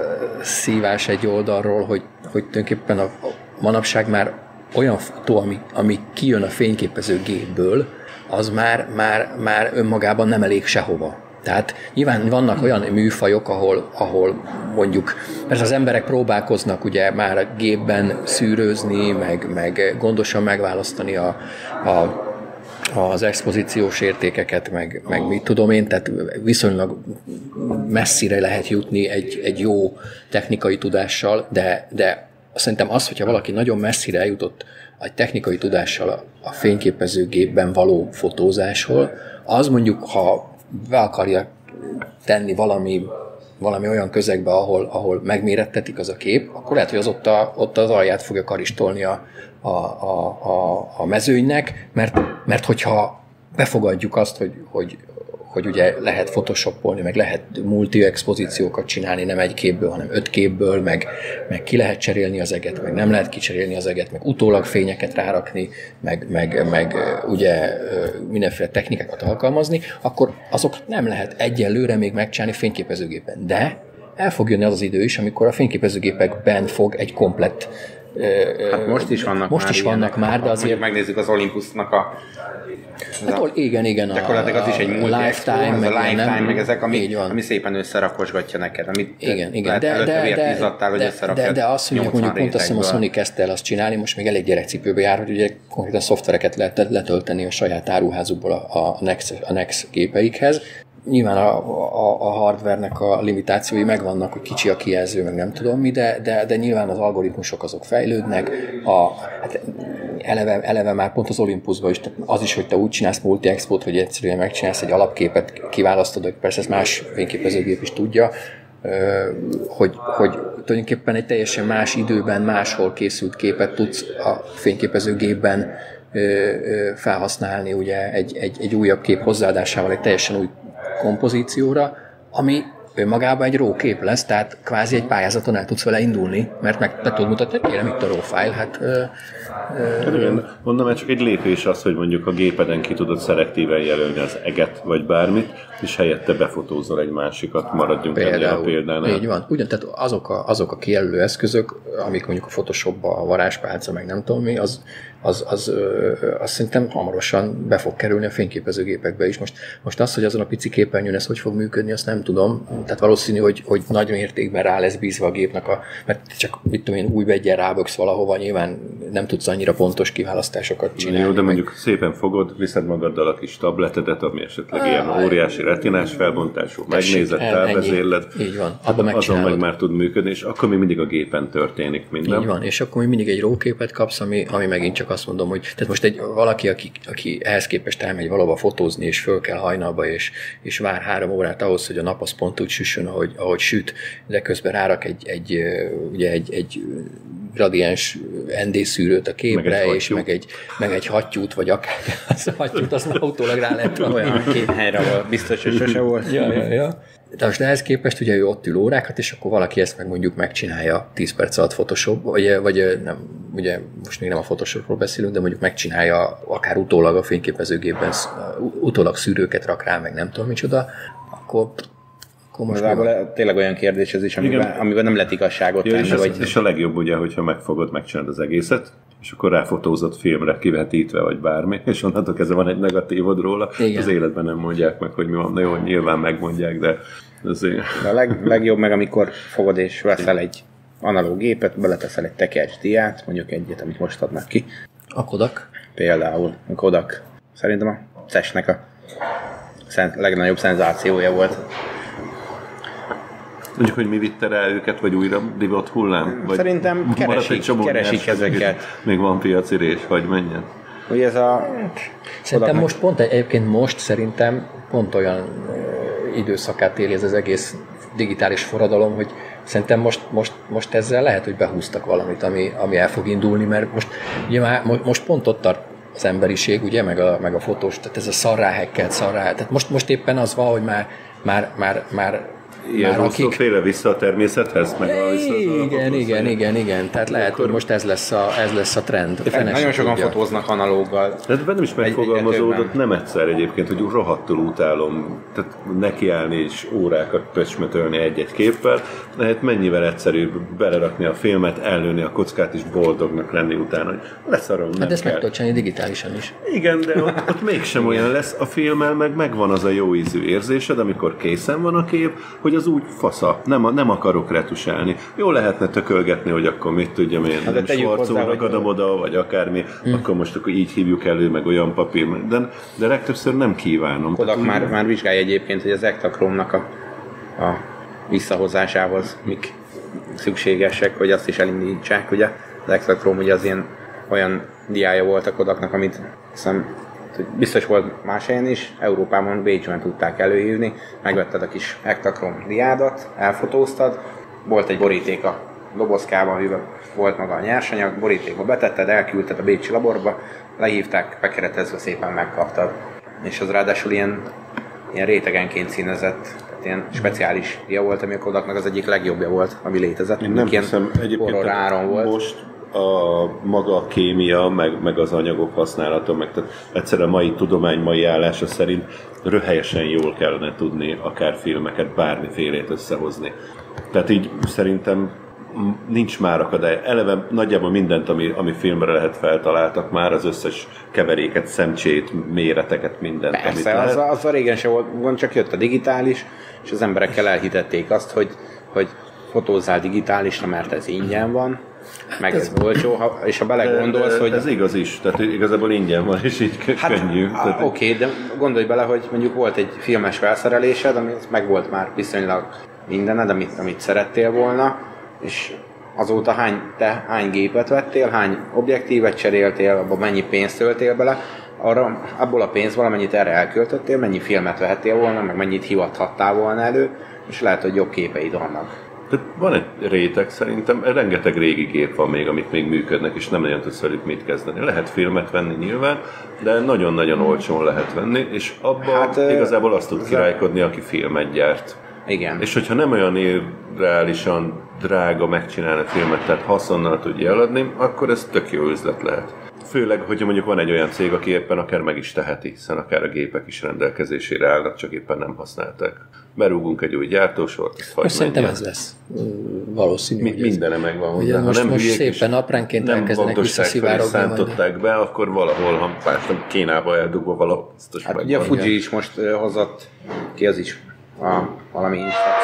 szívás egy oldalról, hogy, hogy tulajdonképpen a, a manapság már olyan fotó, ami, ami kijön a fényképező gépből, az már, már, már önmagában nem elég sehova. Tehát nyilván vannak olyan műfajok, ahol, ahol mondjuk, persze az emberek próbálkoznak ugye már a gépben szűrőzni, meg, meg gondosan megválasztani a, a az expozíciós értékeket, meg, meg mit tudom én, tehát viszonylag messzire lehet jutni egy, egy jó technikai tudással, de, de szerintem az, hogyha valaki nagyon messzire eljutott egy technikai tudással a, a fényképezőgépben való fotózásról, az mondjuk, ha be akarja tenni valami, valami olyan közegbe, ahol, ahol megmérettetik az a kép, akkor lehet, hogy az ott, a, ott az alját fogja karistolni a A, a, a, a mezőnynek, mert, mert hogyha befogadjuk azt, hogy, hogy, hogy ugye lehet photoshopolni, meg lehet multi-expozíciókat csinálni, nem egy képből, hanem öt képből, meg, meg ki lehet cserélni az eget, meg nem lehet kicserélni az eget, meg utólag fényeket rárakni, meg, meg, meg ugye mindenféle technikákat alkalmazni, akkor azok nem lehet egyelőre még megcsinálni fényképezőgépen. De el fog jönni az az idő is, amikor a fényképezőgépekben fog egy komplett Hát most is vannak most már is vannak ilyenek. már, de azért... Megnézzük az Olympusnak a... Hát a, igen, igen. Gyakorlatilag az is egy multi lifetime, meg, a lifetime, nem, meg ezek, ami, ami szépen összerakosgatja neked. Amit igen, igen. De, de, de, de, de, de azt mondjuk, mondjuk pont azt hiszem a Sony kezdte el azt csinálni, most még elég gyerekcipőbe jár, hogy ugye konkrétan szoftvereket lehet letölteni a saját áruházukból a, a, Nex, a Nex gépeikhez. Nyilván a, a, a hardware-nek a limitációi megvannak, hogy kicsi a kijelző, meg nem tudom mi, de, de, de nyilván az algoritmusok azok fejlődnek. A, hát eleve, eleve már pont az Olympusban is, az is, hogy te úgy csinálsz multi-expót, hogy egyszerűen megcsinálsz egy alapképet, kiválasztod, hogy persze ezt más fényképezőgép is tudja, hogy, hogy tulajdonképpen egy teljesen más időben, máshol készült képet tudsz a fényképezőgépben felhasználni ugye egy, egy, egy újabb kép hozzáadásával egy teljesen új kompozícióra, ami önmagában egy raw kép lesz, tehát kvázi egy pályázaton el tudsz vele indulni, mert meg te tudod mutatni, hogy kérem itt a raw file, hát... Ö, ö, hát igen, mondom, hogy csak egy lépés az, hogy mondjuk a gépeden ki tudod szelektíven jelölni az eget, vagy bármit, és helyette befotózol egy másikat, maradjunk ennél a példánál. Így van, ugyan, tehát azok a, azok a kijelölő eszközök, amik mondjuk a Photoshopban a varázspálca, meg nem tudom mi, az, az, az, ö, az szerintem hamarosan be fog kerülni a fényképezőgépekbe is. Most, most az, hogy azon a pici képernyőn ez hogy fog működni, azt nem tudom. Tehát valószínű, hogy, hogy nagy mértékben rá lesz bízva a gépnek, a, mert csak mit tudom én, új begyen ráböksz valahova, nyilván nem tudsz annyira pontos kiválasztásokat csinálni. Jó, de mondjuk meg... szépen fogod, viszed magaddal a kis tabletedet, ami esetleg ah, ilyen óriási retinás felbontású, megnézed, felvezérled, így van, abba azon meg már tud működni, és akkor még mindig a gépen történik minden. Így van, és akkor még mindig egy raw képet kapsz, ami, ami megint csak azt mondom, hogy tehát most egy valaki, aki, aki ehhez képest elmegy valahova fotózni, és föl kell hajnalba, és, és vár három órát ahhoz, hogy a nap az pont úgy süssön, ahogy, ahogy süt, de közben rárak egy, egy, ugye egy, egy gradiens en dé szűrőt a képre, meg és meg egy, meg egy hattyút, vagy akár az hattyút, azt autólag rá lehet olyan két helyre volt, biztos, hogy sose volt. Ja, ja, ja. De most ehhez képest ugye ő ott ül órákat, és akkor valaki ezt meg mondjuk megcsinálja tíz perc alatt Photoshop, vagy, vagy nem, ugye most még nem a Photoshopról beszélünk, de mondjuk megcsinálja akár utólag a fényképezőgépben, utólag szűrőket rak rá, meg nem tudom micsoda, akkor Igazából tényleg olyan kérdés ez is, amiben, amiben nem lehet igazságot ja, tenni. És, vagy... és a legjobb ugye, hogyha megfogod, megcsinálod az egészet, és akkor ráfotózott filmre, kivetítve, vagy bármi, és onnantól kezdve van egy negatívod róla. Igen. Az életben nem mondják meg, hogy mi van. Na jó, nyilván megmondják, de azért... De a leg, legjobb meg, amikor fogod és veszel egy analóg gépet, beleteszel egy tekercs diát, mondjuk egyet, amit most adnak ki. A Kodak? Például a Kodak. Szerintem a cé e es-nek a szent, legnagyobb szenzációja volt. Mondjuk, hogy mi vitte rá őket, vagy újra divott hullám? Vagy szerintem keresik, keresik ezeket. Még van piacirés, vagy menjen. Ugye ez a... Szerintem most pont, egyébként most szerintem pont olyan időszakát éli ez az egész digitális forradalom, hogy, szerintem most, most, most ezzel lehet, hogy behúztak valamit, ami, ami el fog indulni, mert most, ugye már, most pont ott tart az emberiség, ugye, meg a, meg a fotós, tehát ez a szarrá hackelt, szarrá, tehát most, most éppen az van, hogy már, már, már, már ilyen akik... féle vissza a természethez, meg a vissza az igen, igen, igen, igen, tehát lehet, akkor... hogy most ez lesz a, ez lesz a trend. Nagyon sokan tudja. Fotóznak analóggal. Tehát bennem is megfogalmazódott nem egyszer egyébként, hogy rohadtul utálom, tehát nekiállni és órákat pöcsmetölni egy-egy képpel, lehet mennyivel egyszerűbb belerakni a filmet, ellőni a kockát és boldognak lenni utána, hogy leszarom, nem hát ezt kell. meg tudod csinálni digitálisan is. Igen, de ott, ott mégsem olyan lesz a filmmel, meg megvan az a jó ízű érzésed, amikor készen van a kép, hogy az úgy fasza, nem, nem akarok retusálni. Jó lehetne tökölgetni, hogy akkor mit tudjam én, hát Schwarzónak adom oda, vagy akármi, hmm. akkor most akkor így hívjuk elő, meg olyan papír, de, de legtöbbször nem kívánom. Kodak már, már vizsgálja egyébként, hogy az Ektachrome-nak a, a visszahozásához mik szükségesek, hogy azt is elindítsák, ugye? Az Ektachrome ugye az ilyen olyan diája volt a Kodaknak, amit hiszem biztos volt más helyen is, Európában, Bécsben tudták előhívni, megvetted a kis Ektachrome diádat, elfotóztad, volt egy boríték a dobozkában, amiben volt maga a nyersanyag, borítékba betetted, elküldted a bécsi laborba, lehívták, bekeretezve szépen megkaptad. És az ráadásul ilyen, ilyen rétegenként színezett, tehát ilyen speciális dia volt, ami a Kodaknak az egyik legjobbja volt, ami létezett. Én nem hiszem, egyébként volt. Most a maga a kémia, meg, meg az anyagok használata, meg tehát egyszerűen a mai tudomány, mai állása szerint röhelyesen jól kellene tudni akár filmeket, bármifélét összehozni. Tehát így szerintem nincs már akadály. Eleve nagyjából mindent, ami, ami filmre lehet feltaláltak már, az összes keveréket, szemcsét, méreteket, mindent. Persze, az, az a régen sem volt, csak jött a digitális, és az emberekkel elhitették azt, hogy, hogy fotózzál digitálisra, mert ez ingyen van, meg ez, ez olcsó, ha, és ha belegondolsz, hogy... Ez igaz is, tehát igazából ingyen van, és így hát, könnyű. Tehát... Oké, okay, de gondolj bele, hogy mondjuk volt egy filmes felszerelésed, ami meg volt már viszonylag mindened, amit, amit szerettél volna, és azóta hány, te hány gépet vettél, hány objektívet cseréltél, abban mennyi pénzt töltél bele, arra, abból a pénzt valamennyit erre elköltöttél, mennyi filmet vehettél volna, meg mennyit hivathattál volna elő, és lehet, hogy jobb képeid vannak. Tehát van egy réteg szerintem, rengeteg régi gép van még, amik még működnek, és nem nagyon tudsz velük mit kezdeni. Lehet filmet venni nyilván, de nagyon-nagyon olcsón lehet venni, és abban hát, igazából azt tud királykodni, aki filmet gyárt. Igen. És hogyha nem olyan irreálisan drága megcsinálni a filmet, tehát haszonnal tudja eladni, akkor ez tök jó üzlet lehet. Főleg, hogyha mondjuk van egy olyan cég, aki éppen akár meg is teheti, hiszen akár a gépek is rendelkezésére állnak, csak éppen nem használták. Berúgunk egy új gyártósort, ezt hagyj szerintem ez lesz valószínű. Mi, mindene megvan. Ugye most, nem most szépen apránként elkezdenek visszaszivárogni. Nem szántották be, akkor valahol, ha pártam Kínába eldugva valahol, biztos hát ugye a Fuji is most uh, hozott ki, az is a, valami Instax.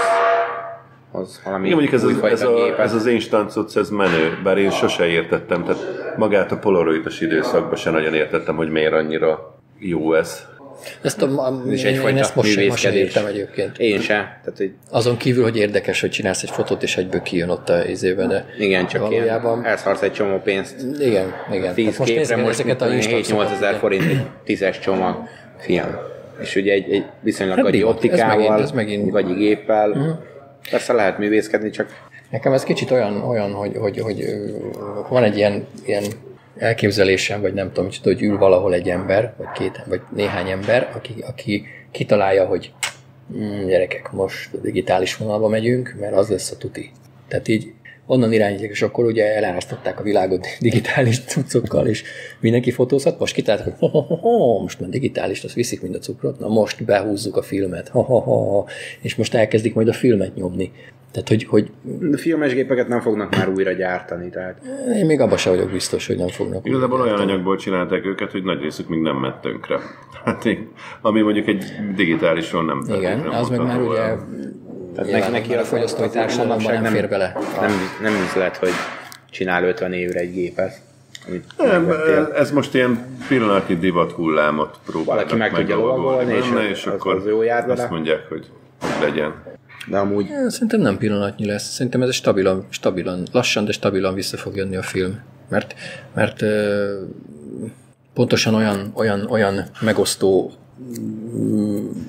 Az valami igen, mondjuk ez, az, ez, a, ez az instancot, ez menő, bár én sose értettem, tehát magát a polaroidos időszakban sem nagyon értettem, hogy miért annyira jó ez. Ezt a, a, én, én ezt most sem, sem értem egyébként. Én sem. Tehát, hogy... Azon kívül, hogy érdekes, hogy csinálsz egy fotót, és egyből kijön ott a izébe, de igen, csak valójában... elszarsz egy csomó pénzt. Igen, igen. tíz most képre most ezeket a hét-nyolc ezer forint egy tízes csomag film. És ugye egy, egy viszonylag hát gagyi optikával, ez megint, gagyi géppel. Uh-huh. Persze lehet művészkedni, csak... Nekem ez kicsit olyan, olyan hogy, hogy, hogy van egy ilyen, ilyen elképzelésem, vagy nem tudom, hogy ül valahol egy ember, vagy két, vagy néhány ember, aki, aki kitalálja, hogy mm, gyerekek, most a digitális vonalba megyünk, mert az lesz a tuti. Tehát így onnan irányítják, és akkor ugye elárasztották a világot digitális cuccokkal, és mindenki fotózhat. Most kitaláltak, hogy ho, ho, ho, ho, most már digitális, azt viszik mind a cukrot, na most behúzzuk a filmet, ha, ha, ha, ha, és most elkezdik majd a filmet nyomni. Tehát, hogy, hogy... De filmes gépeket nem fognak már újra gyártani, tehát... Én még abban sem vagyok biztos, hogy nem fognak. Igazából olyan anyagból csinálták őket, hogy nagy részük még nem ment tönkre. Hát én, ami mondjuk egy digitálison nem... Igen, az meg már ugye... Tehát neki, neki a fogyasztói társadalomban nem, nem fér bele. Nem, nem üzlet, hogy csinál ötven évre egy gépet. Nem, ez most ilyen pillanatnyi divat hullámot próbálnak valaki meg tudja lovagolni, és, és akkor az jó jár vele. Azt mondják, hogy legyen. De amúgy... Szerintem nem pillanatnyi lesz. Szerintem ez stabilan, stabilan, lassan, de stabilan vissza fog jönni a film. Mert, mert pontosan olyan, olyan, olyan megosztó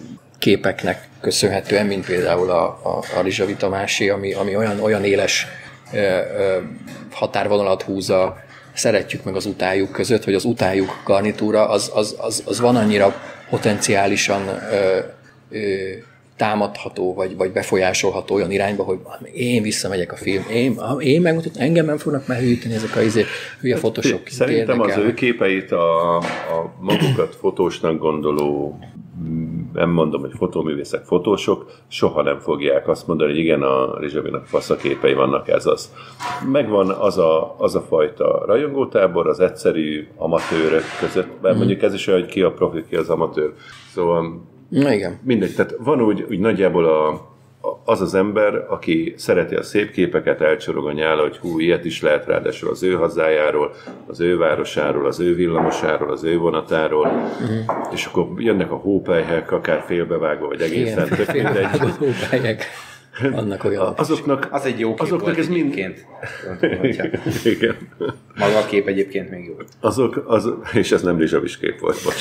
képeknek köszönhetően, mint például a, a, a Rizsavi Tamási, ami, ami olyan, olyan éles ö, ö, határvonalat húz a szeretjük meg az utáljuk között, hogy az utáljuk garnitúra, az, az, az, az van annyira potenciálisan ö, ö, támadható, vagy, vagy befolyásolható olyan irányba, hogy én visszamegyek a film, én, én megmutatom, engem nem fognak meghűíteni ezek a izé, hülye fotósok. Szerintem az ő képeit a, a magukat fotósnak gondoló, nem mondom, hogy fotóművészek, fotósok soha nem fogják azt mondani, hogy igen, a Rizsavinak faszaképei vannak, ez az. Megvan az a, az a fajta rajongótábor az egyszerű amatőrök között, mert mm. mondjuk ez is olyan, hogy ki a profi, ki az amatőr. Szóval na igen. Mindegy, tehát van úgy, úgy nagyjából a, az az ember, aki szereti a szép képeket, elcsorog a nyála, hogy hú, ilyet is lehet, ráadásul az ő hazájáról, az ő városáról, az ő villamosáról, az ő vonatáról, uh-huh. és akkor jönnek a hópelyhek, akár félbevágva, vagy egészen. Igen, félbevágó hópelyhek. Annak olyan. Azoknak, az egy jó kép azoknak volt ez egyébként. Mind... Igen. Maga a kép egyébként még jó. Azok, az, és ez nem Rizsavis kép volt, bocs.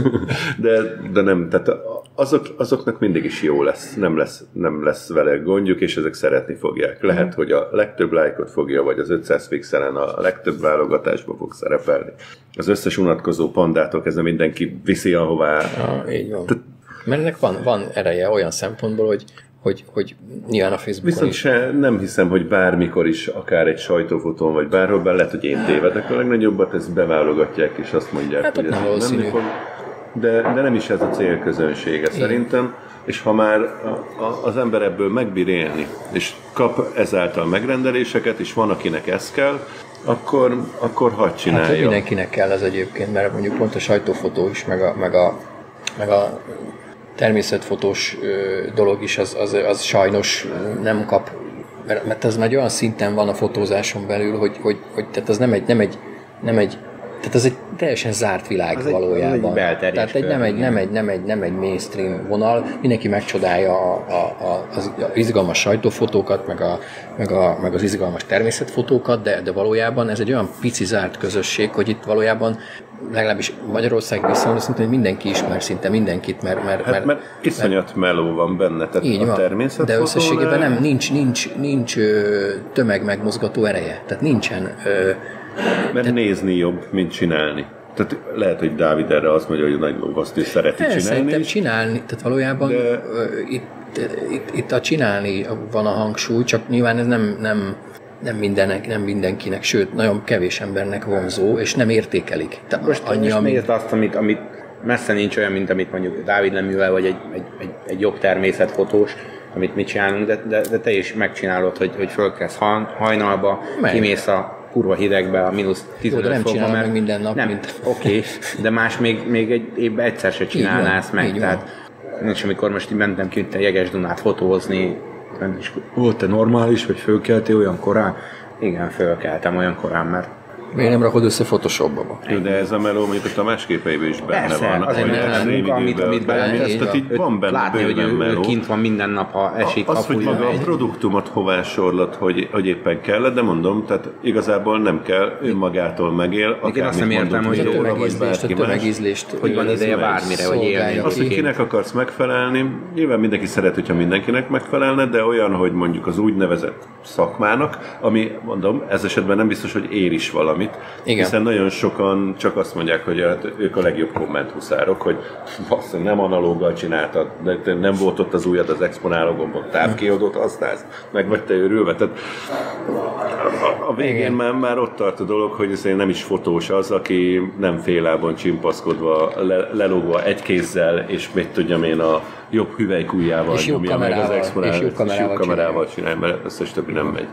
De, de nem, tehát azok, azoknak mindig is jó lesz. Nem lesz, nem lesz vele gondjuk, és ezek szeretni fogják. Lehet, hogy a legtöbb lájkot fogja, vagy az ötszáz pixelen a legtöbb válogatásba fog szerepelni. Az összes unatkozó pandától kezdve mindenki viszi ahová. Ah, így van. Te... Mert ennek van, van ereje olyan szempontból, hogy Hogy, hogy nyilván a Facebookon Viszont is. Se, nem hiszem, hogy bármikor is, akár egy sajtófotón, vagy bárhol, bár lehet, hogy én tévedek a legnagyobbat, ezt beválogatják, és azt mondják, hát hogy ez nem, nem fog. De, de nem is ez a célközönsége én. Szerintem, és ha már a, a, az ember ebből megbír élni, és kap ezáltal megrendeléseket, és van, akinek ez kell, akkor, akkor hadd csinálja. Hát mindenkinek kell ez egyébként, mert mondjuk pont a sajtófotó is, meg a, meg a, meg a természetfotós dolog is, az, az, az sajnos nem kap, mert, mert ez már olyan szinten van a fotózáson belül, hogy, hogy, hogy tehát az nem egy, nem egy, nem egy, tehát az egy teljesen zárt világ az valójában. Egy, egy tehát egy, nem, egy, nem, egy, nem, egy, nem egy mainstream vonal, mindenki megcsodálja a, a, a, az izgalmas sajtófotókat, meg, a, meg, a, meg az izgalmas természetfotókat, de, de valójában ez egy olyan pici zárt közösség, hogy itt valójában legalábbis Magyarország viszont szinte, hogy mindenki ismer szinte mindenkit, mert... mert, hát, mert, mert iszonyat meló van benne, tehát így a van, természetfotónál... de összességében nem, nincs, nincs, nincs tömegmegmozgató ereje, tehát nincsen... Ö, mert de, nézni jobb, mint csinálni. Tehát lehet, hogy Dávid erre azt mondja, hogy nagy azt is szereti csinálni. Szerintem csinálni, tehát valójában de... itt, itt, itt a csinálni van a hangsúly, csak nyilván ez nem... nem nem mindenek, nem mindenkinek, sőt, nagyon kevés embernek vonzó, és nem értékelik. Te most annyi, most amit... nézd azt, amit, amit messze nincs olyan, mint amit mondjuk Dávid Leművel, vagy egy, egy, egy, egy jobb természetfotós, amit mi csinálunk, de, de, de te is megcsinálod, hogy, hogy fölkelsz hajnalba, meg. Kimész a kurva hidegbe, a mínusz tizenöt nem fokba, mert meg minden nap. Nem, mint... oké, okay, de más még, még egy évben egyszer se csinálnász meg. Tehát, nincs, amikor most így mentem ki, a Jeges-Dunát fotózni, és ó, te normális, vagy fölkeltél olyan korán? Igen, fölkeltem olyan korán, mert... Miért nem rakod össze Photoshopba? Jó, de ez a meló mondjuk a Tamás képeiben is benne persze, van. Azért nem munka, amit, amit bele tehát így van benne látni, hogy ő, ő kint van minden nap, ha esik, az, hogy maga a produktumot hová sorlott, hogy, hogy éppen kellett, de mondom, tehát igazából nem kell, ő magától megél. Én azt nem értem, hogy a tömegízlést, a tömegízlést, hogy van ideje bármire, hogy élni. Azt, hogy kinek akarsz megfelelni, nyilván mindenki szeret, hogyha mindenkinek megfelelne, de olyan, hogy mondjuk az úgynevezett szakmának, ami, mondom, ez esetben nem biztos, hogy ér is valamit. Igen. Hiszen nagyon sokan csak azt mondják, hogy hát ők a legjobb kommenthuszárok, hogy basszony, nem analóggal csináltad, de nem volt ott az ujjad az exponáló gombon, távkiadót használsz, meg vagy te őrülve. Tehát a, a végén már, már ott tart a dolog, hogy ez nem is fotós az, aki nem félában csimpaszkodva, le, lelógva egy kézzel, és mit tudjam én a jobb hüvelykújjával és nyomja meg az exponálót, és jobb kamerával, és jobb kamerával csinálja, mert összes többi nem megy.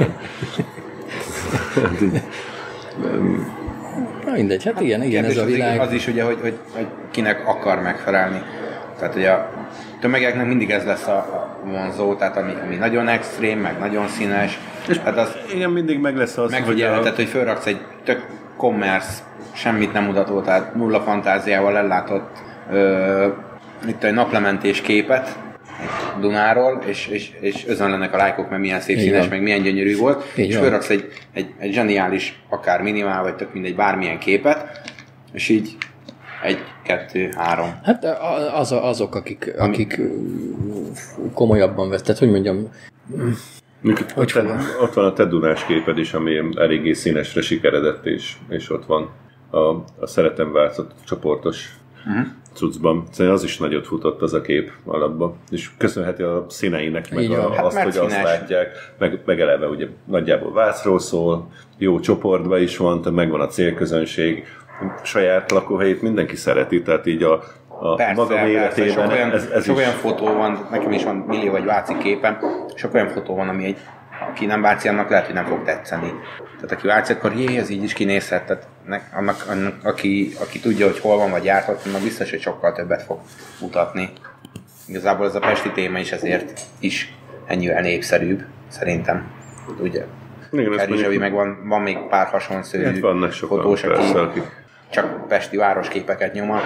Na mindegy, hát igen, igen, ez a világ. Az is ugye, hogy, hogy, hogy kinek akar megfelelni. Tehát ugye a tömegeknek mindig ez lesz a vonzó, tehát ami, ami nagyon extrém, meg nagyon színes. És hát az igen, mindig meg lesz az, hogy... A... Tehát, hogy fölraksz egy tök commerce, semmit nem mutató, tehát nulla fantáziával ellátott ö, itt egy naplementés képet Dunáról, és, és, és özönlenek a lájkok, mert milyen szép színes, meg milyen gyönyörű volt, így és fölraksz egy, egy, egy zseniális, akár minimál, vagy tök mindegy, bármilyen képet, és így Egy, kettő, három. Hát az, azok, akik, akik komolyabban vesz, tehát hogy mondjam... Hogy ott, ott van a te Dunás képed is, ami eléggé színesre sikeredett, és, és ott van a, a Szeretem Vácot csoportos uh-huh. cuccban. Szóval az is nagyot futott az a kép alapban. És köszönheti a színeinek, meg a, hát azt, hogy színes. Azt látják, meg, meg eleve ugye nagyjából Vácról szól, jó csoportban is van, tehát megvan a célközönség, saját lakóhelyét mindenki szereti, tehát így a, a persze, maga méretében. Sok olyan, ez, ez sok is... olyan fotó van, nekem is van Milli vagy Váci képem, sok olyan fotó van, ami egy, aki nem Váci, annak lehet, hogy nem fog tetszeni. Tehát aki Váci, akkor jé, ez így is kinézhet, tehát annak, annak aki, aki tudja, hogy hol van, vagy járt, annak biztos, hogy sokkal többet fog mutatni. Igazából ez a pesti téma is ezért is ennyivel népszerűbb, szerintem. Ugye? Kerizsavi, meg van, van még pár hasonszörű fotós, aki csak pesti városképeket nyomat.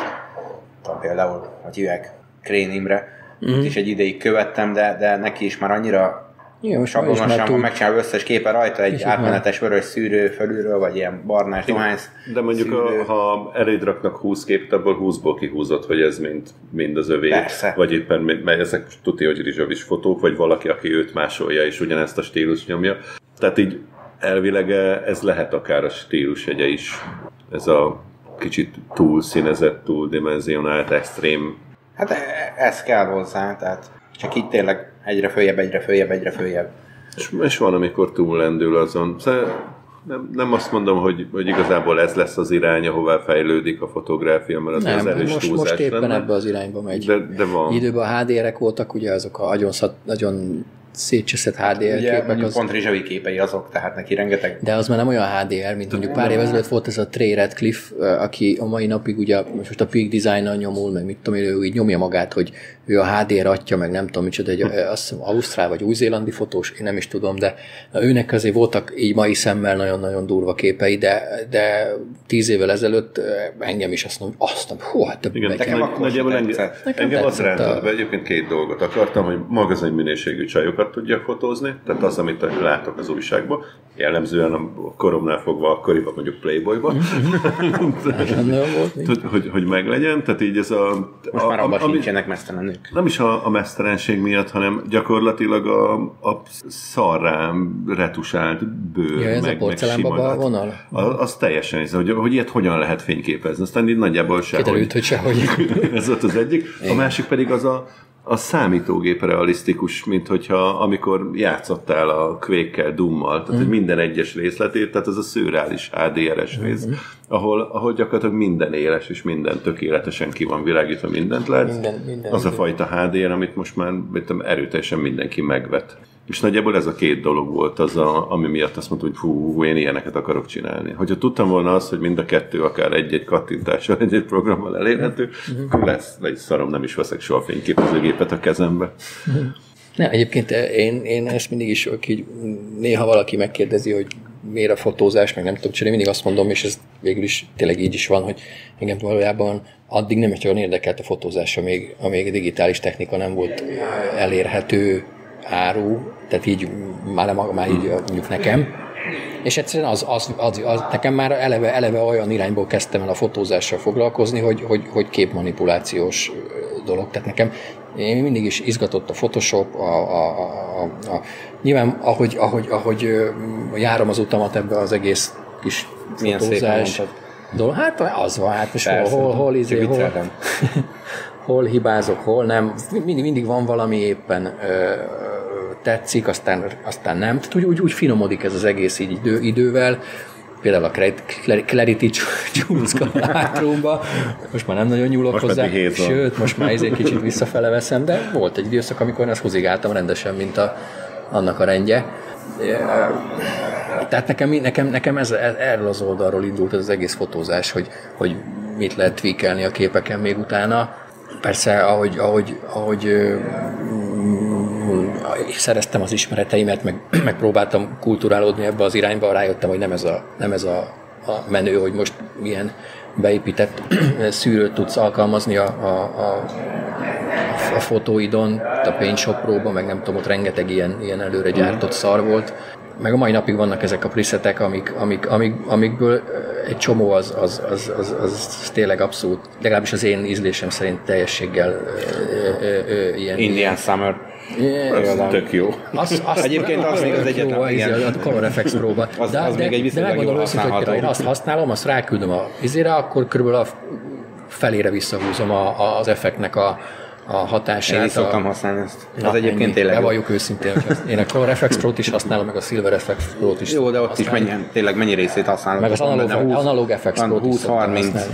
Például, hogy hívják, Krén Imre. Mm-hmm. És egy ideig követtem, de, de neki is már annyira sablonosan van megcsinálva összes képe rajta, egy átmenetes vörös szűrő fölülről, vagy ilyen barnás dohánysz. De mondjuk, a, ha eléd raknak húsz képet, abból húszból kihúzott, hogy ez mind, mind az övé. Persze. Vagy éppen, mert ezek tudja, hogy rizsavis fotók, vagy valaki, aki őt másolja, és ugyanezt a stílus nyomja. Tehát így elvileg ez lehet akár a stílusjegye is. Ez a kicsit túl színezett, túl dimenzionált, extrém. Hát ez kell hozzá, tehát csak így tényleg egyre följebb, egyre följebb, egyre följebb. És, és van, amikor túllendül azon. Nem, nem azt mondom, hogy, hogy igazából ez lesz az irány, ahová fejlődik a fotográfia, mert az, nem, az erős most, túlzás most éppen lenne. Ebbe az irányba megy. De, de van. Időben a há dé erek voltak, ugye azok a nagyon, nagyon szétcseszett há dé er ugye, képek. Az... pont Rizsavi képei azok, tehát neki rengeteg... De az már nem olyan há dé er, mint mondjuk pár év ezelőtt volt ez a Trey Radcliffe, aki a mai napig ugye most a Peak Design-nal nyomul, meg mit tudom én, ő így nyomja magát, hogy ő a há dé er atya, meg nem tudom micsoda, egy azt hiszem ausztrál vagy új-zélandi fotós, én nem is tudom, de őnek azért voltak így mai szemmel nagyon-nagyon durva képei, de, de tíz évvel ezelőtt engem is azt mondom, hogy azt mondom, hú, hát több igen, nekem nagyjából engem, engem az rántott be, egyébként két dolgot akartam, hogy magazin minőségű csajokat tudjak fotózni, tehát az, amit látok az újságban, jellemzően a koromnál fogva akkoriban, mondjuk Playboyba, hogy, hogy, hogy meglegyen, tehát így ez a... Most a, már abban ami, sincsenek mesztelenük. Nem is a, a mesztelenség miatt, hanem gyakorlatilag a, a szarrám retusált bőr, ja, ez meg, a meg simagat. Vonal? Az, az teljesen ez, hogy, hogy ilyet hogyan lehet fényképezni. Aztán így nagyjából sehogy. Kiderült, hogy sehogy. Ez volt az egyik. A másik pedig az a a számítógép realisztikus, mint hogyha amikor játszottál a Quake-kel, Doom-mal, tehát mm. minden egyes részletét, tehát ez a szürreális há dé er-es rész, mm. ahol, ahol gyakorlatilag minden éles és minden tökéletesen ki van világítva, mindent látsz. Minden, minden, az minden. a fajta há dé er, amit most már erőteljesen mindenki megvet. És nagyjából ez a két dolog volt az, a, ami miatt azt mondtam, hogy fú, hú, én ilyeneket akarok csinálni. Hogyha tudtam volna azt, hogy mind a kettő akár egy-egy kattintással, egy-egy programmal elérhető, mm-hmm. akkor lesz, le is szarom, nem is veszek soha fényképezőgépet a kezembe. Mm-hmm. Nem, egyébként én, én ezt mindig is, így, néha valaki megkérdezi, hogy miért a fotózás, meg nem tudom csinálni, mindig azt mondom, és ez végül is tényleg így is van, hogy engem valójában addig nem is csak érdekelt a fotózás, amíg, amíg a digitális technika nem volt elérhető áru, tehát így már, már így mondjuk nekem. És egyszerűen az, az, az, az nekem már eleve, eleve olyan irányból kezdtem el a fotózással foglalkozni, hogy, hogy, hogy képmanipulációs dolog. Tehát nekem én mindig is izgatott a Photoshop, a, a, a, a, nyilván ahogy, ahogy, ahogy járom az utamat ebbe az egész kis milyen fotózás dolog. Hát az van, hát most persze, hol, hol, izé, hol, hol hibázok, hol nem. Mindig, mindig van valami éppen ö, tetszik, aztán, aztán nem. Tehát úgy, úgy, úgy finomodik ez az egész így idő, idővel. Például a Clarity csúszka Lightroomba. Most már nem nagyon nyúlok most hozzá. Sőt, most már ezért kicsit visszafele veszem, de volt egy időszak, amikor ezt húzigáltam rendesen, mint a, annak a rendje. Tehát nekem, nekem, nekem ez, erről az oldalról indult ez az egész fotózás, hogy, hogy mit lehet tweakelni a képeken még utána. Persze, ahogy, ahogy, ahogy szereztem az ismereteimet, meg, meg próbáltam kulturálódni ebbe az irányba, rájöttem, hogy nem ez a, nem ez a, a menő, hogy most milyen beépített szűrőt tudsz alkalmazni a, a, a, a fotóidon, a Paint Pro-ba, meg nem tudom, ott rengeteg ilyen, ilyen előre gyártott szar volt. Meg a mai napig vannak ezek a presetek, amik, amik, amik, amikből egy csomó az, az, az, az, az tényleg abszolút, legalábbis az én ízlésem szerint teljességgel ö, ö, ö, ilyen... Indian Summer. Ez tök jó. Az, az, Egyébként az még az egyetlen, jó, igen. A Color Efex Pro-ban. Az- De, az de, még egy de viszonylag megmondom jól őszintén, hogy használható. én azt használom, azt ráküldöm a izére, akkor körülbelül a felére visszahúzom a, a, az effektnek a, a hatását. Én is szoktam a, használni ezt. Na, Az egyébként ennyi. tényleg jó. Bevalljuk őszintén, hogy azt- én a Color Efex Pro-t is használom, meg a Silver Efex Pro-t is Jó, de ott is használom. mennyi, tényleg mennyi részét használom. Meg az Van analóg, benne húsz analóg Efex van Pro-t is szoktam húsz-harminc. használni.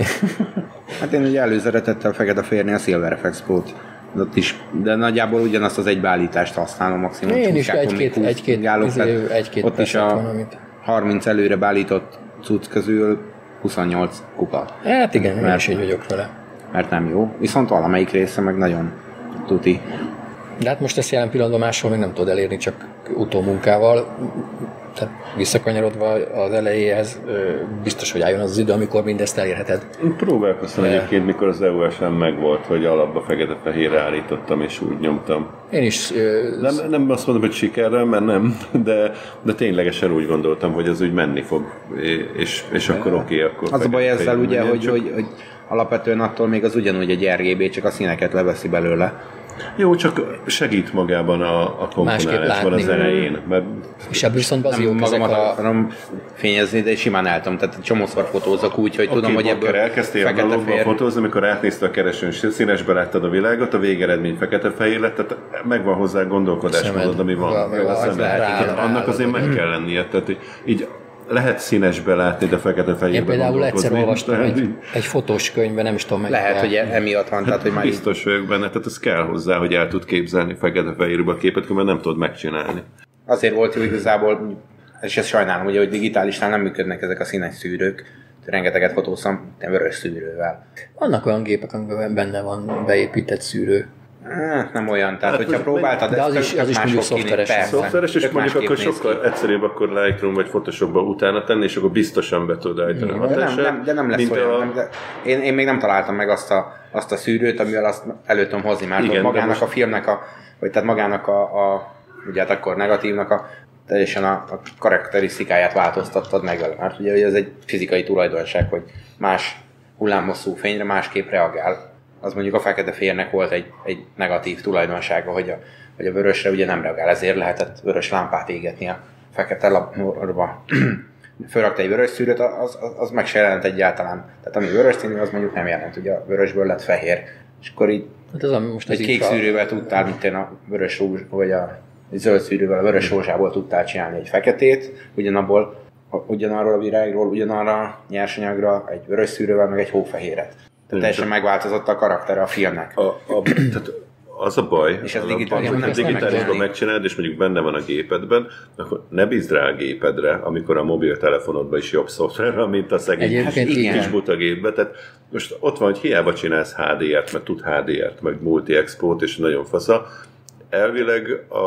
Hát én ugye előszeretettel fekete férni a Silver Efex Pro-t. De, ott is, de nagyjából ugyanazt az egy beállítást használom maximum. Én is csúszkákon egy-két- még húsz egy-két- gálok, izé, tehát egy-két ott is percet a van, amit- harminc előre beállított cucc közül huszonnyolc kupa. Hát igen, én Mert- is így vagyok vele. Mert nem jó. Viszont valamelyik része meg nagyon tuti. De hát most ezt jelen pillanatban máshol még nem tudod elérni, csak utómunkával. Tehát visszakanyarodva az elejéhez, ö, biztos, hogy álljon az az idő, amikor mindezt elérheted. Próbálkoztam De- egyébként, mikor az E U es em megvolt, hogy alapba fekete-fehérre állítottam, és úgy nyomtam. Én is... Ö, Nem, nem azt mondom, hogy sikerrel, mert nem, de, de ténylegesen úgy gondoltam, hogy ez úgy menni fog, és, és akkor oké, okay, akkor... Az a baj ezzel fekete-fehér ugye, menjen, hogy, csak- hogy, hogy alapvetően attól még az ugyanúgy egy er gé bé, csak a színeket leveszi belőle. Jó, csak segít magában a, a komponálásban az látni. elején. Mert és ebből viszont az Nem jók ezek magamat a... akarom fényezni, de simán el tudom. Tehát egy csomószor fotózok úgy, hogy tudom, hogy ebből elkezdtél analógban fotózni, amikor átnézte a keresőn, színesbe láttad a világot, a végeredmény fekete-fehér lett, tehát megvan hozzá gondolkodásmódod, ami van. Szemed. Meg a Az szemed. rá- Igen, rá- annak rá- azért meg kell lennie. Tehát így, így lehet színesbe látni, de fekete-fehérbe Én például egyszer gondolkozni. olvastam Tehát egy, így egy fotós könyvben, nem is tudom meg. Lehet, hogy emiatt van, tehát hogy már így biztos vagyok benne, tehát ez kell hozzá, hogy el tud képzelni fekete-fehérbe a képet, mert nem tudod megcsinálni. azért volt jó igazából, és ezt sajnálom, ugye, hogy digitálisnál nem működnek ezek a színes szűrők. Rengeteget fotóztam vörös szűrővel. Vannak olyan gépek, amiben benne van beépített szűrő. Eh, Nem olyan, tehát Hát, hogyha hogy próbáltad, de az ezt is- tök az is más mondjuk fog kinézni. szoftveres. Persze, Szoftveres, és tök mondjuk másképp akkor néz sokkal ki. egyszerűbb akkor Lightroom vagy Photoshopba utána tenni, és akkor biztosan be tudod állítani a De nem, hatását. nem, de nem lesz mint olyan. a- Nem, de én, én még nem találtam meg azt a, azt a szűrőt, amivel azt elő tudom hozni, mert Igen, ott de magának most- a filmnek a, vagy tehát magának a, a ugye hát akkor negatívnak a teljesen a, a karakterisztikáját változtattad meg vele, mert ugye ez egy fizikai tulajdonság, hogy más hullámhosszú fényre másképp reagál. Az mondjuk a fekete-fehérnek volt egy, egy negatív tulajdonsága, hogy a, hogy a vörösre ugye nem reagál, ezért lehetett vörös lámpát égetni a fekete lapba. Fölrakta egy vörös szűrőt, az, az, az meg se jelent egyáltalán. Tehát ami vörös színű, az mondjuk nem jelent, ugye a vörösből lett fehér. És akkor így Hát ez a, most ez egy így kék a- szűrővel tudtál, mint én a vörös rózs, vagy a egy zöld szűrővel, a vörös rózsából tudtál csinálni egy feketét, ugyanabból, ugyanarról a virágról, ugyanarra a nyersanyagra egy vörös szűrővel, meg egy hófehéret. Tehát teljesen megváltozott a karaktere a filmnek. A, a, tehát az a baj, És ez az digitális- a, nem hogy tudom digitálisban megcsinálni. megcsinálod, és mondjuk benne van a gépedben, akkor ne bízd rá a gépedre, amikor a mobiltelefonodban is jobb szoftver van, mint a szegény Egyébként kis, igen. kis buta gépbe. Tehát most ott van, hogy hiába csinálsz há dé er-t, meg tud há dé er-t, meg multi-expót, és nagyon fasza. Elvileg a,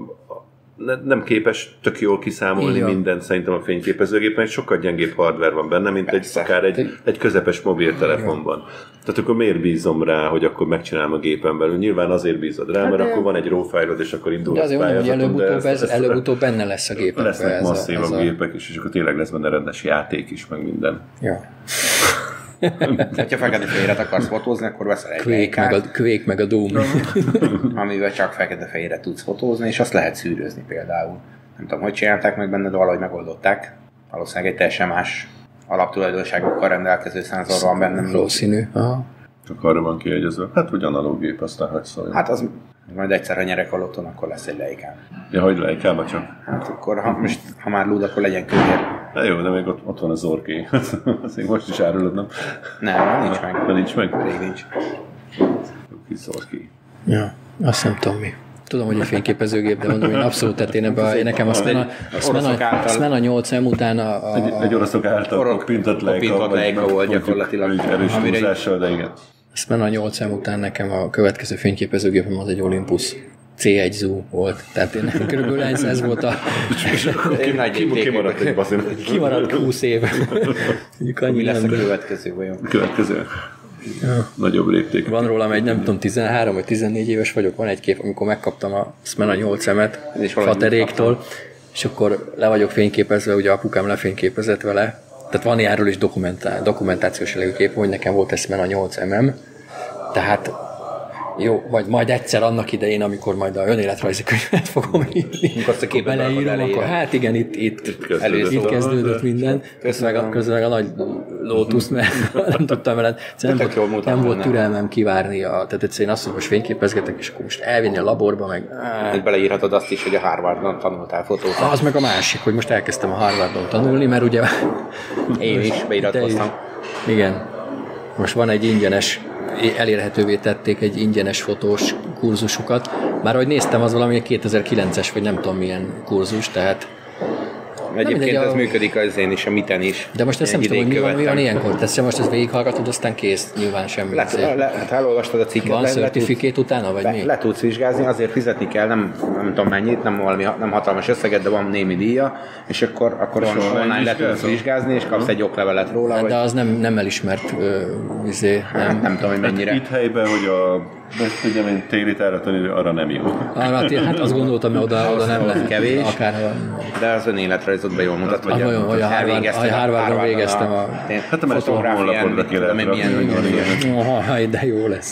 a ne, nem képes tök jól kiszámolni Így van. mindent szerintem a fényképezőgépen, egy sokkal gyengébb hardware van benne, mint egy, Persze. akár egy, egy közepes mobiltelefonban. Tehát akkor miért bízom rá, hogy akkor megcsinálom a gépen belül? Nyilván azért bízod rá, mert de- akkor van egy raw file-od, és akkor indul De a azért mondom, hogy pályázaton, de előbb-utóbb, ezt- ez, ezt- előbb-utóbb benne lesz a gépekben. lesznek ez a- masszívabb ez a- gépek is, és akkor tényleg lesz benne rendes játék is, meg minden. Ja. Ha fekete-fehéret akarsz fotózni, akkor veszel egy Quake meg, a, Leicát, Quake meg a Doom. amivel csak fekete-fehéret tudsz fotózni, és azt lehet szűrőzni például. Nem tudom, hogy csinálták meg benne, de valahogy megoldották. Valószínűleg egy teljesen más alaptulajdonságokkal rendelkező szenzor van bennem. Valószínű. Aha. Csak arra van kiegyezve. Hát, hogy analóg gép, aztán hagy szóljon. Hát az majd egyszer, ha nyerek a lotton, akkor lesz egy Leicám. Ja, hogy Leica-ba csak. Hát akkor, ha, most, ha már lúd, akkor legyen kövér. Na jó, de még ott, ott van az Zorké. Azt még most is árulod, nem? Nem, nem, nincs meg. De nincs meg? Rég nincs. Kis Zorké. Ja, azt nem tudom mi. Tudom, hogy egy fényképezőgép, de mondom, hogy abszolút tettél ebbe. a- Én nekem a Smena, a Smena, oroszok által- Smena nyolc em után a, a, Egy, egy oroszok által Orosz- pintott Leica. pintott vagy- Leica vagy volt mondjuk gyakorlatilag. egy erős Amire- túlzással, de igen. a Smena nyolc em után nekem a következő fényképezőgépem az egy Olympus cé egy Zoom volt. Tehát én nekem körülbelül ez, ez volt a... Én nagy Ki- léptékű Kimaradt egy vagyok. baszin. Kimaradt húsz év. Mondjuk annyi Mi lesz a nem, de- következő vajon? Következő. Nagyobb lépték. Van rólam egy, nem tudom, tizenhárom vagy tizennégy éves vagyok, van egy kép, amikor megkaptam a Smena nyolc emet És valahogy Fateréktól, és akkor le vagyok fényképezve, ugye apukám lefényképezett vele, tehát van ilyenről is dokumentá, dokumentációs előkép, hogy nekem volt eszemben a nyolc mm, tehát jó, vagy majd egyszer annak idején, amikor majd a önéletrajzi könyvet fogom írni, akkor beleírom, akkor hát igen, itt, itt, itt kezdődött, itt kezdődött minden, közben meg, a, közben meg a nagy Lotus, mert nem tudtam vele, nem, volt, nem volt türelmem kivárni, a, tehát egyszerűen azt, hogy most fényképezgetek, és akkor most elvinni a laborba, meg... Á, beleírhatod azt is, hogy a Harvardon tanultál fotót. Az meg a másik, hogy most elkezdtem a Harvardon tanulni, mert ugye... Én is beiratkoztam. Igen. Most van egy ingyenes, elérhetővé tették egy ingyenes fotós kurzusukat. Már ahogy néztem, az valami kétezer-kilences, vagy nem tudom milyen kurzus, tehát... Egyébként ez a... működik az én is, a miten is. De most ezt nem tudom, hogy mi van, mi van ilyenkor. Teszem, most ezt végighallgatod, aztán kész, nyilván semmi. Le, le, le, hát elolvastad a cikket. Van certifikét utána, vagy le, mi? Le tudsz vizsgázni, azért fizetni kell, nem, nem tudom mennyit, nem, valami, nem hatalmas összeget, de van némi díja, és akkor, akkor on, online le tudsz vizsgázni, és kapsz egy oklevelet róla. Hát, vagy... De az nem, nem elismert uh, izé, nem. Hát, nem tudom, hogy mennyire. Hát itt helyben, hogy a most ugye, én téli táratani, arra nem jó. Arra, hát azt gondoltam, hogy oda, oda nem lehet kevés, akár, de az önéletrajzotban jól mutat, hogy a, hogy a Harvardon Harvard végeztem a, a hát a fotográfián, ki lehet rakni. De jó lesz.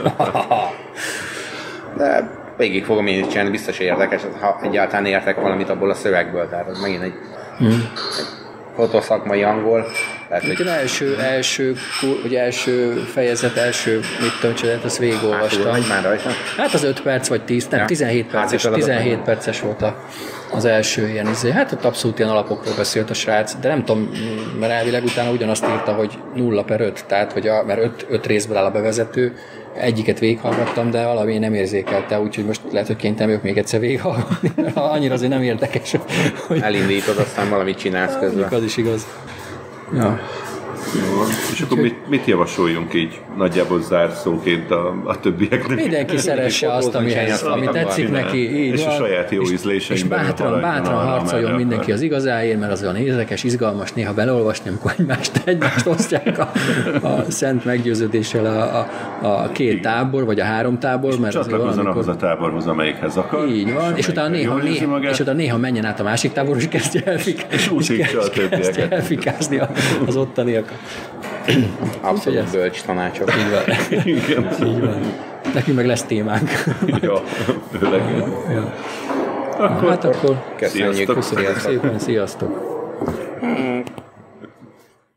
De végig fogom én is csinálni, biztos érdekes, ha egyáltalán értek valamit abból a szövegből, tehát az megint egy, hmm. egy fotószakmai angol. Lehet, hogy... első, első, ugye első fejezet, első mit tudom csinálni, azt végigolvastam. Hát, már rajta? Hát az öt perc vagy tíz, nem, ja. tizenhét perces, tizenhét perces volt a, az első ilyen izé. Hát ott abszolút ilyen alapokról beszélt a srác, de nem tudom, mert elvileg utána ugyanazt írta, hogy nulla per öt, tehát hogy a, mert öt, öt részből áll a bevezető, egyiket végighallgattam, de valami nem érzékelte, úgyhogy most lehet, hogy kénytelen vagyok még egyszer végighallgatni. Annyira azért nem érdekes, hogy... Elindítod, aztán valamit csinálsz közben. Az is igaz. Ja. Jó. És akkor mit, mit javasoljunk így nagyjából zárszóként a, a többieknek? Mindenki szeresse azt, amihez, ami tetszik neki. Így és van. a saját jó ízléseinkben. És bátran, bátran harcoljon mindenki az igazáért, mert az olyan érdekes, izgalmas, néha beleolvasni, amikor egymást, egymást osztják a, a szent meggyőződéssel a, a, a két tábor, vagy a három tábor. Mert csatlakozzon ahhoz a táborhoz, amelyikhez akar. Így van, és, és utána néha, néha, és utána néha menjen át a másik táborhoz, és kezdje elfik, és kezdje elfikázni az ottaniakat. Abszolút bölcs tanácsok. Így van. Igen. Így van. Nekünk meg lesz témánk. Ja, főleg. Ja. Akkor, hát akkor köszönjük. Köszönjük szépen, sziasztok.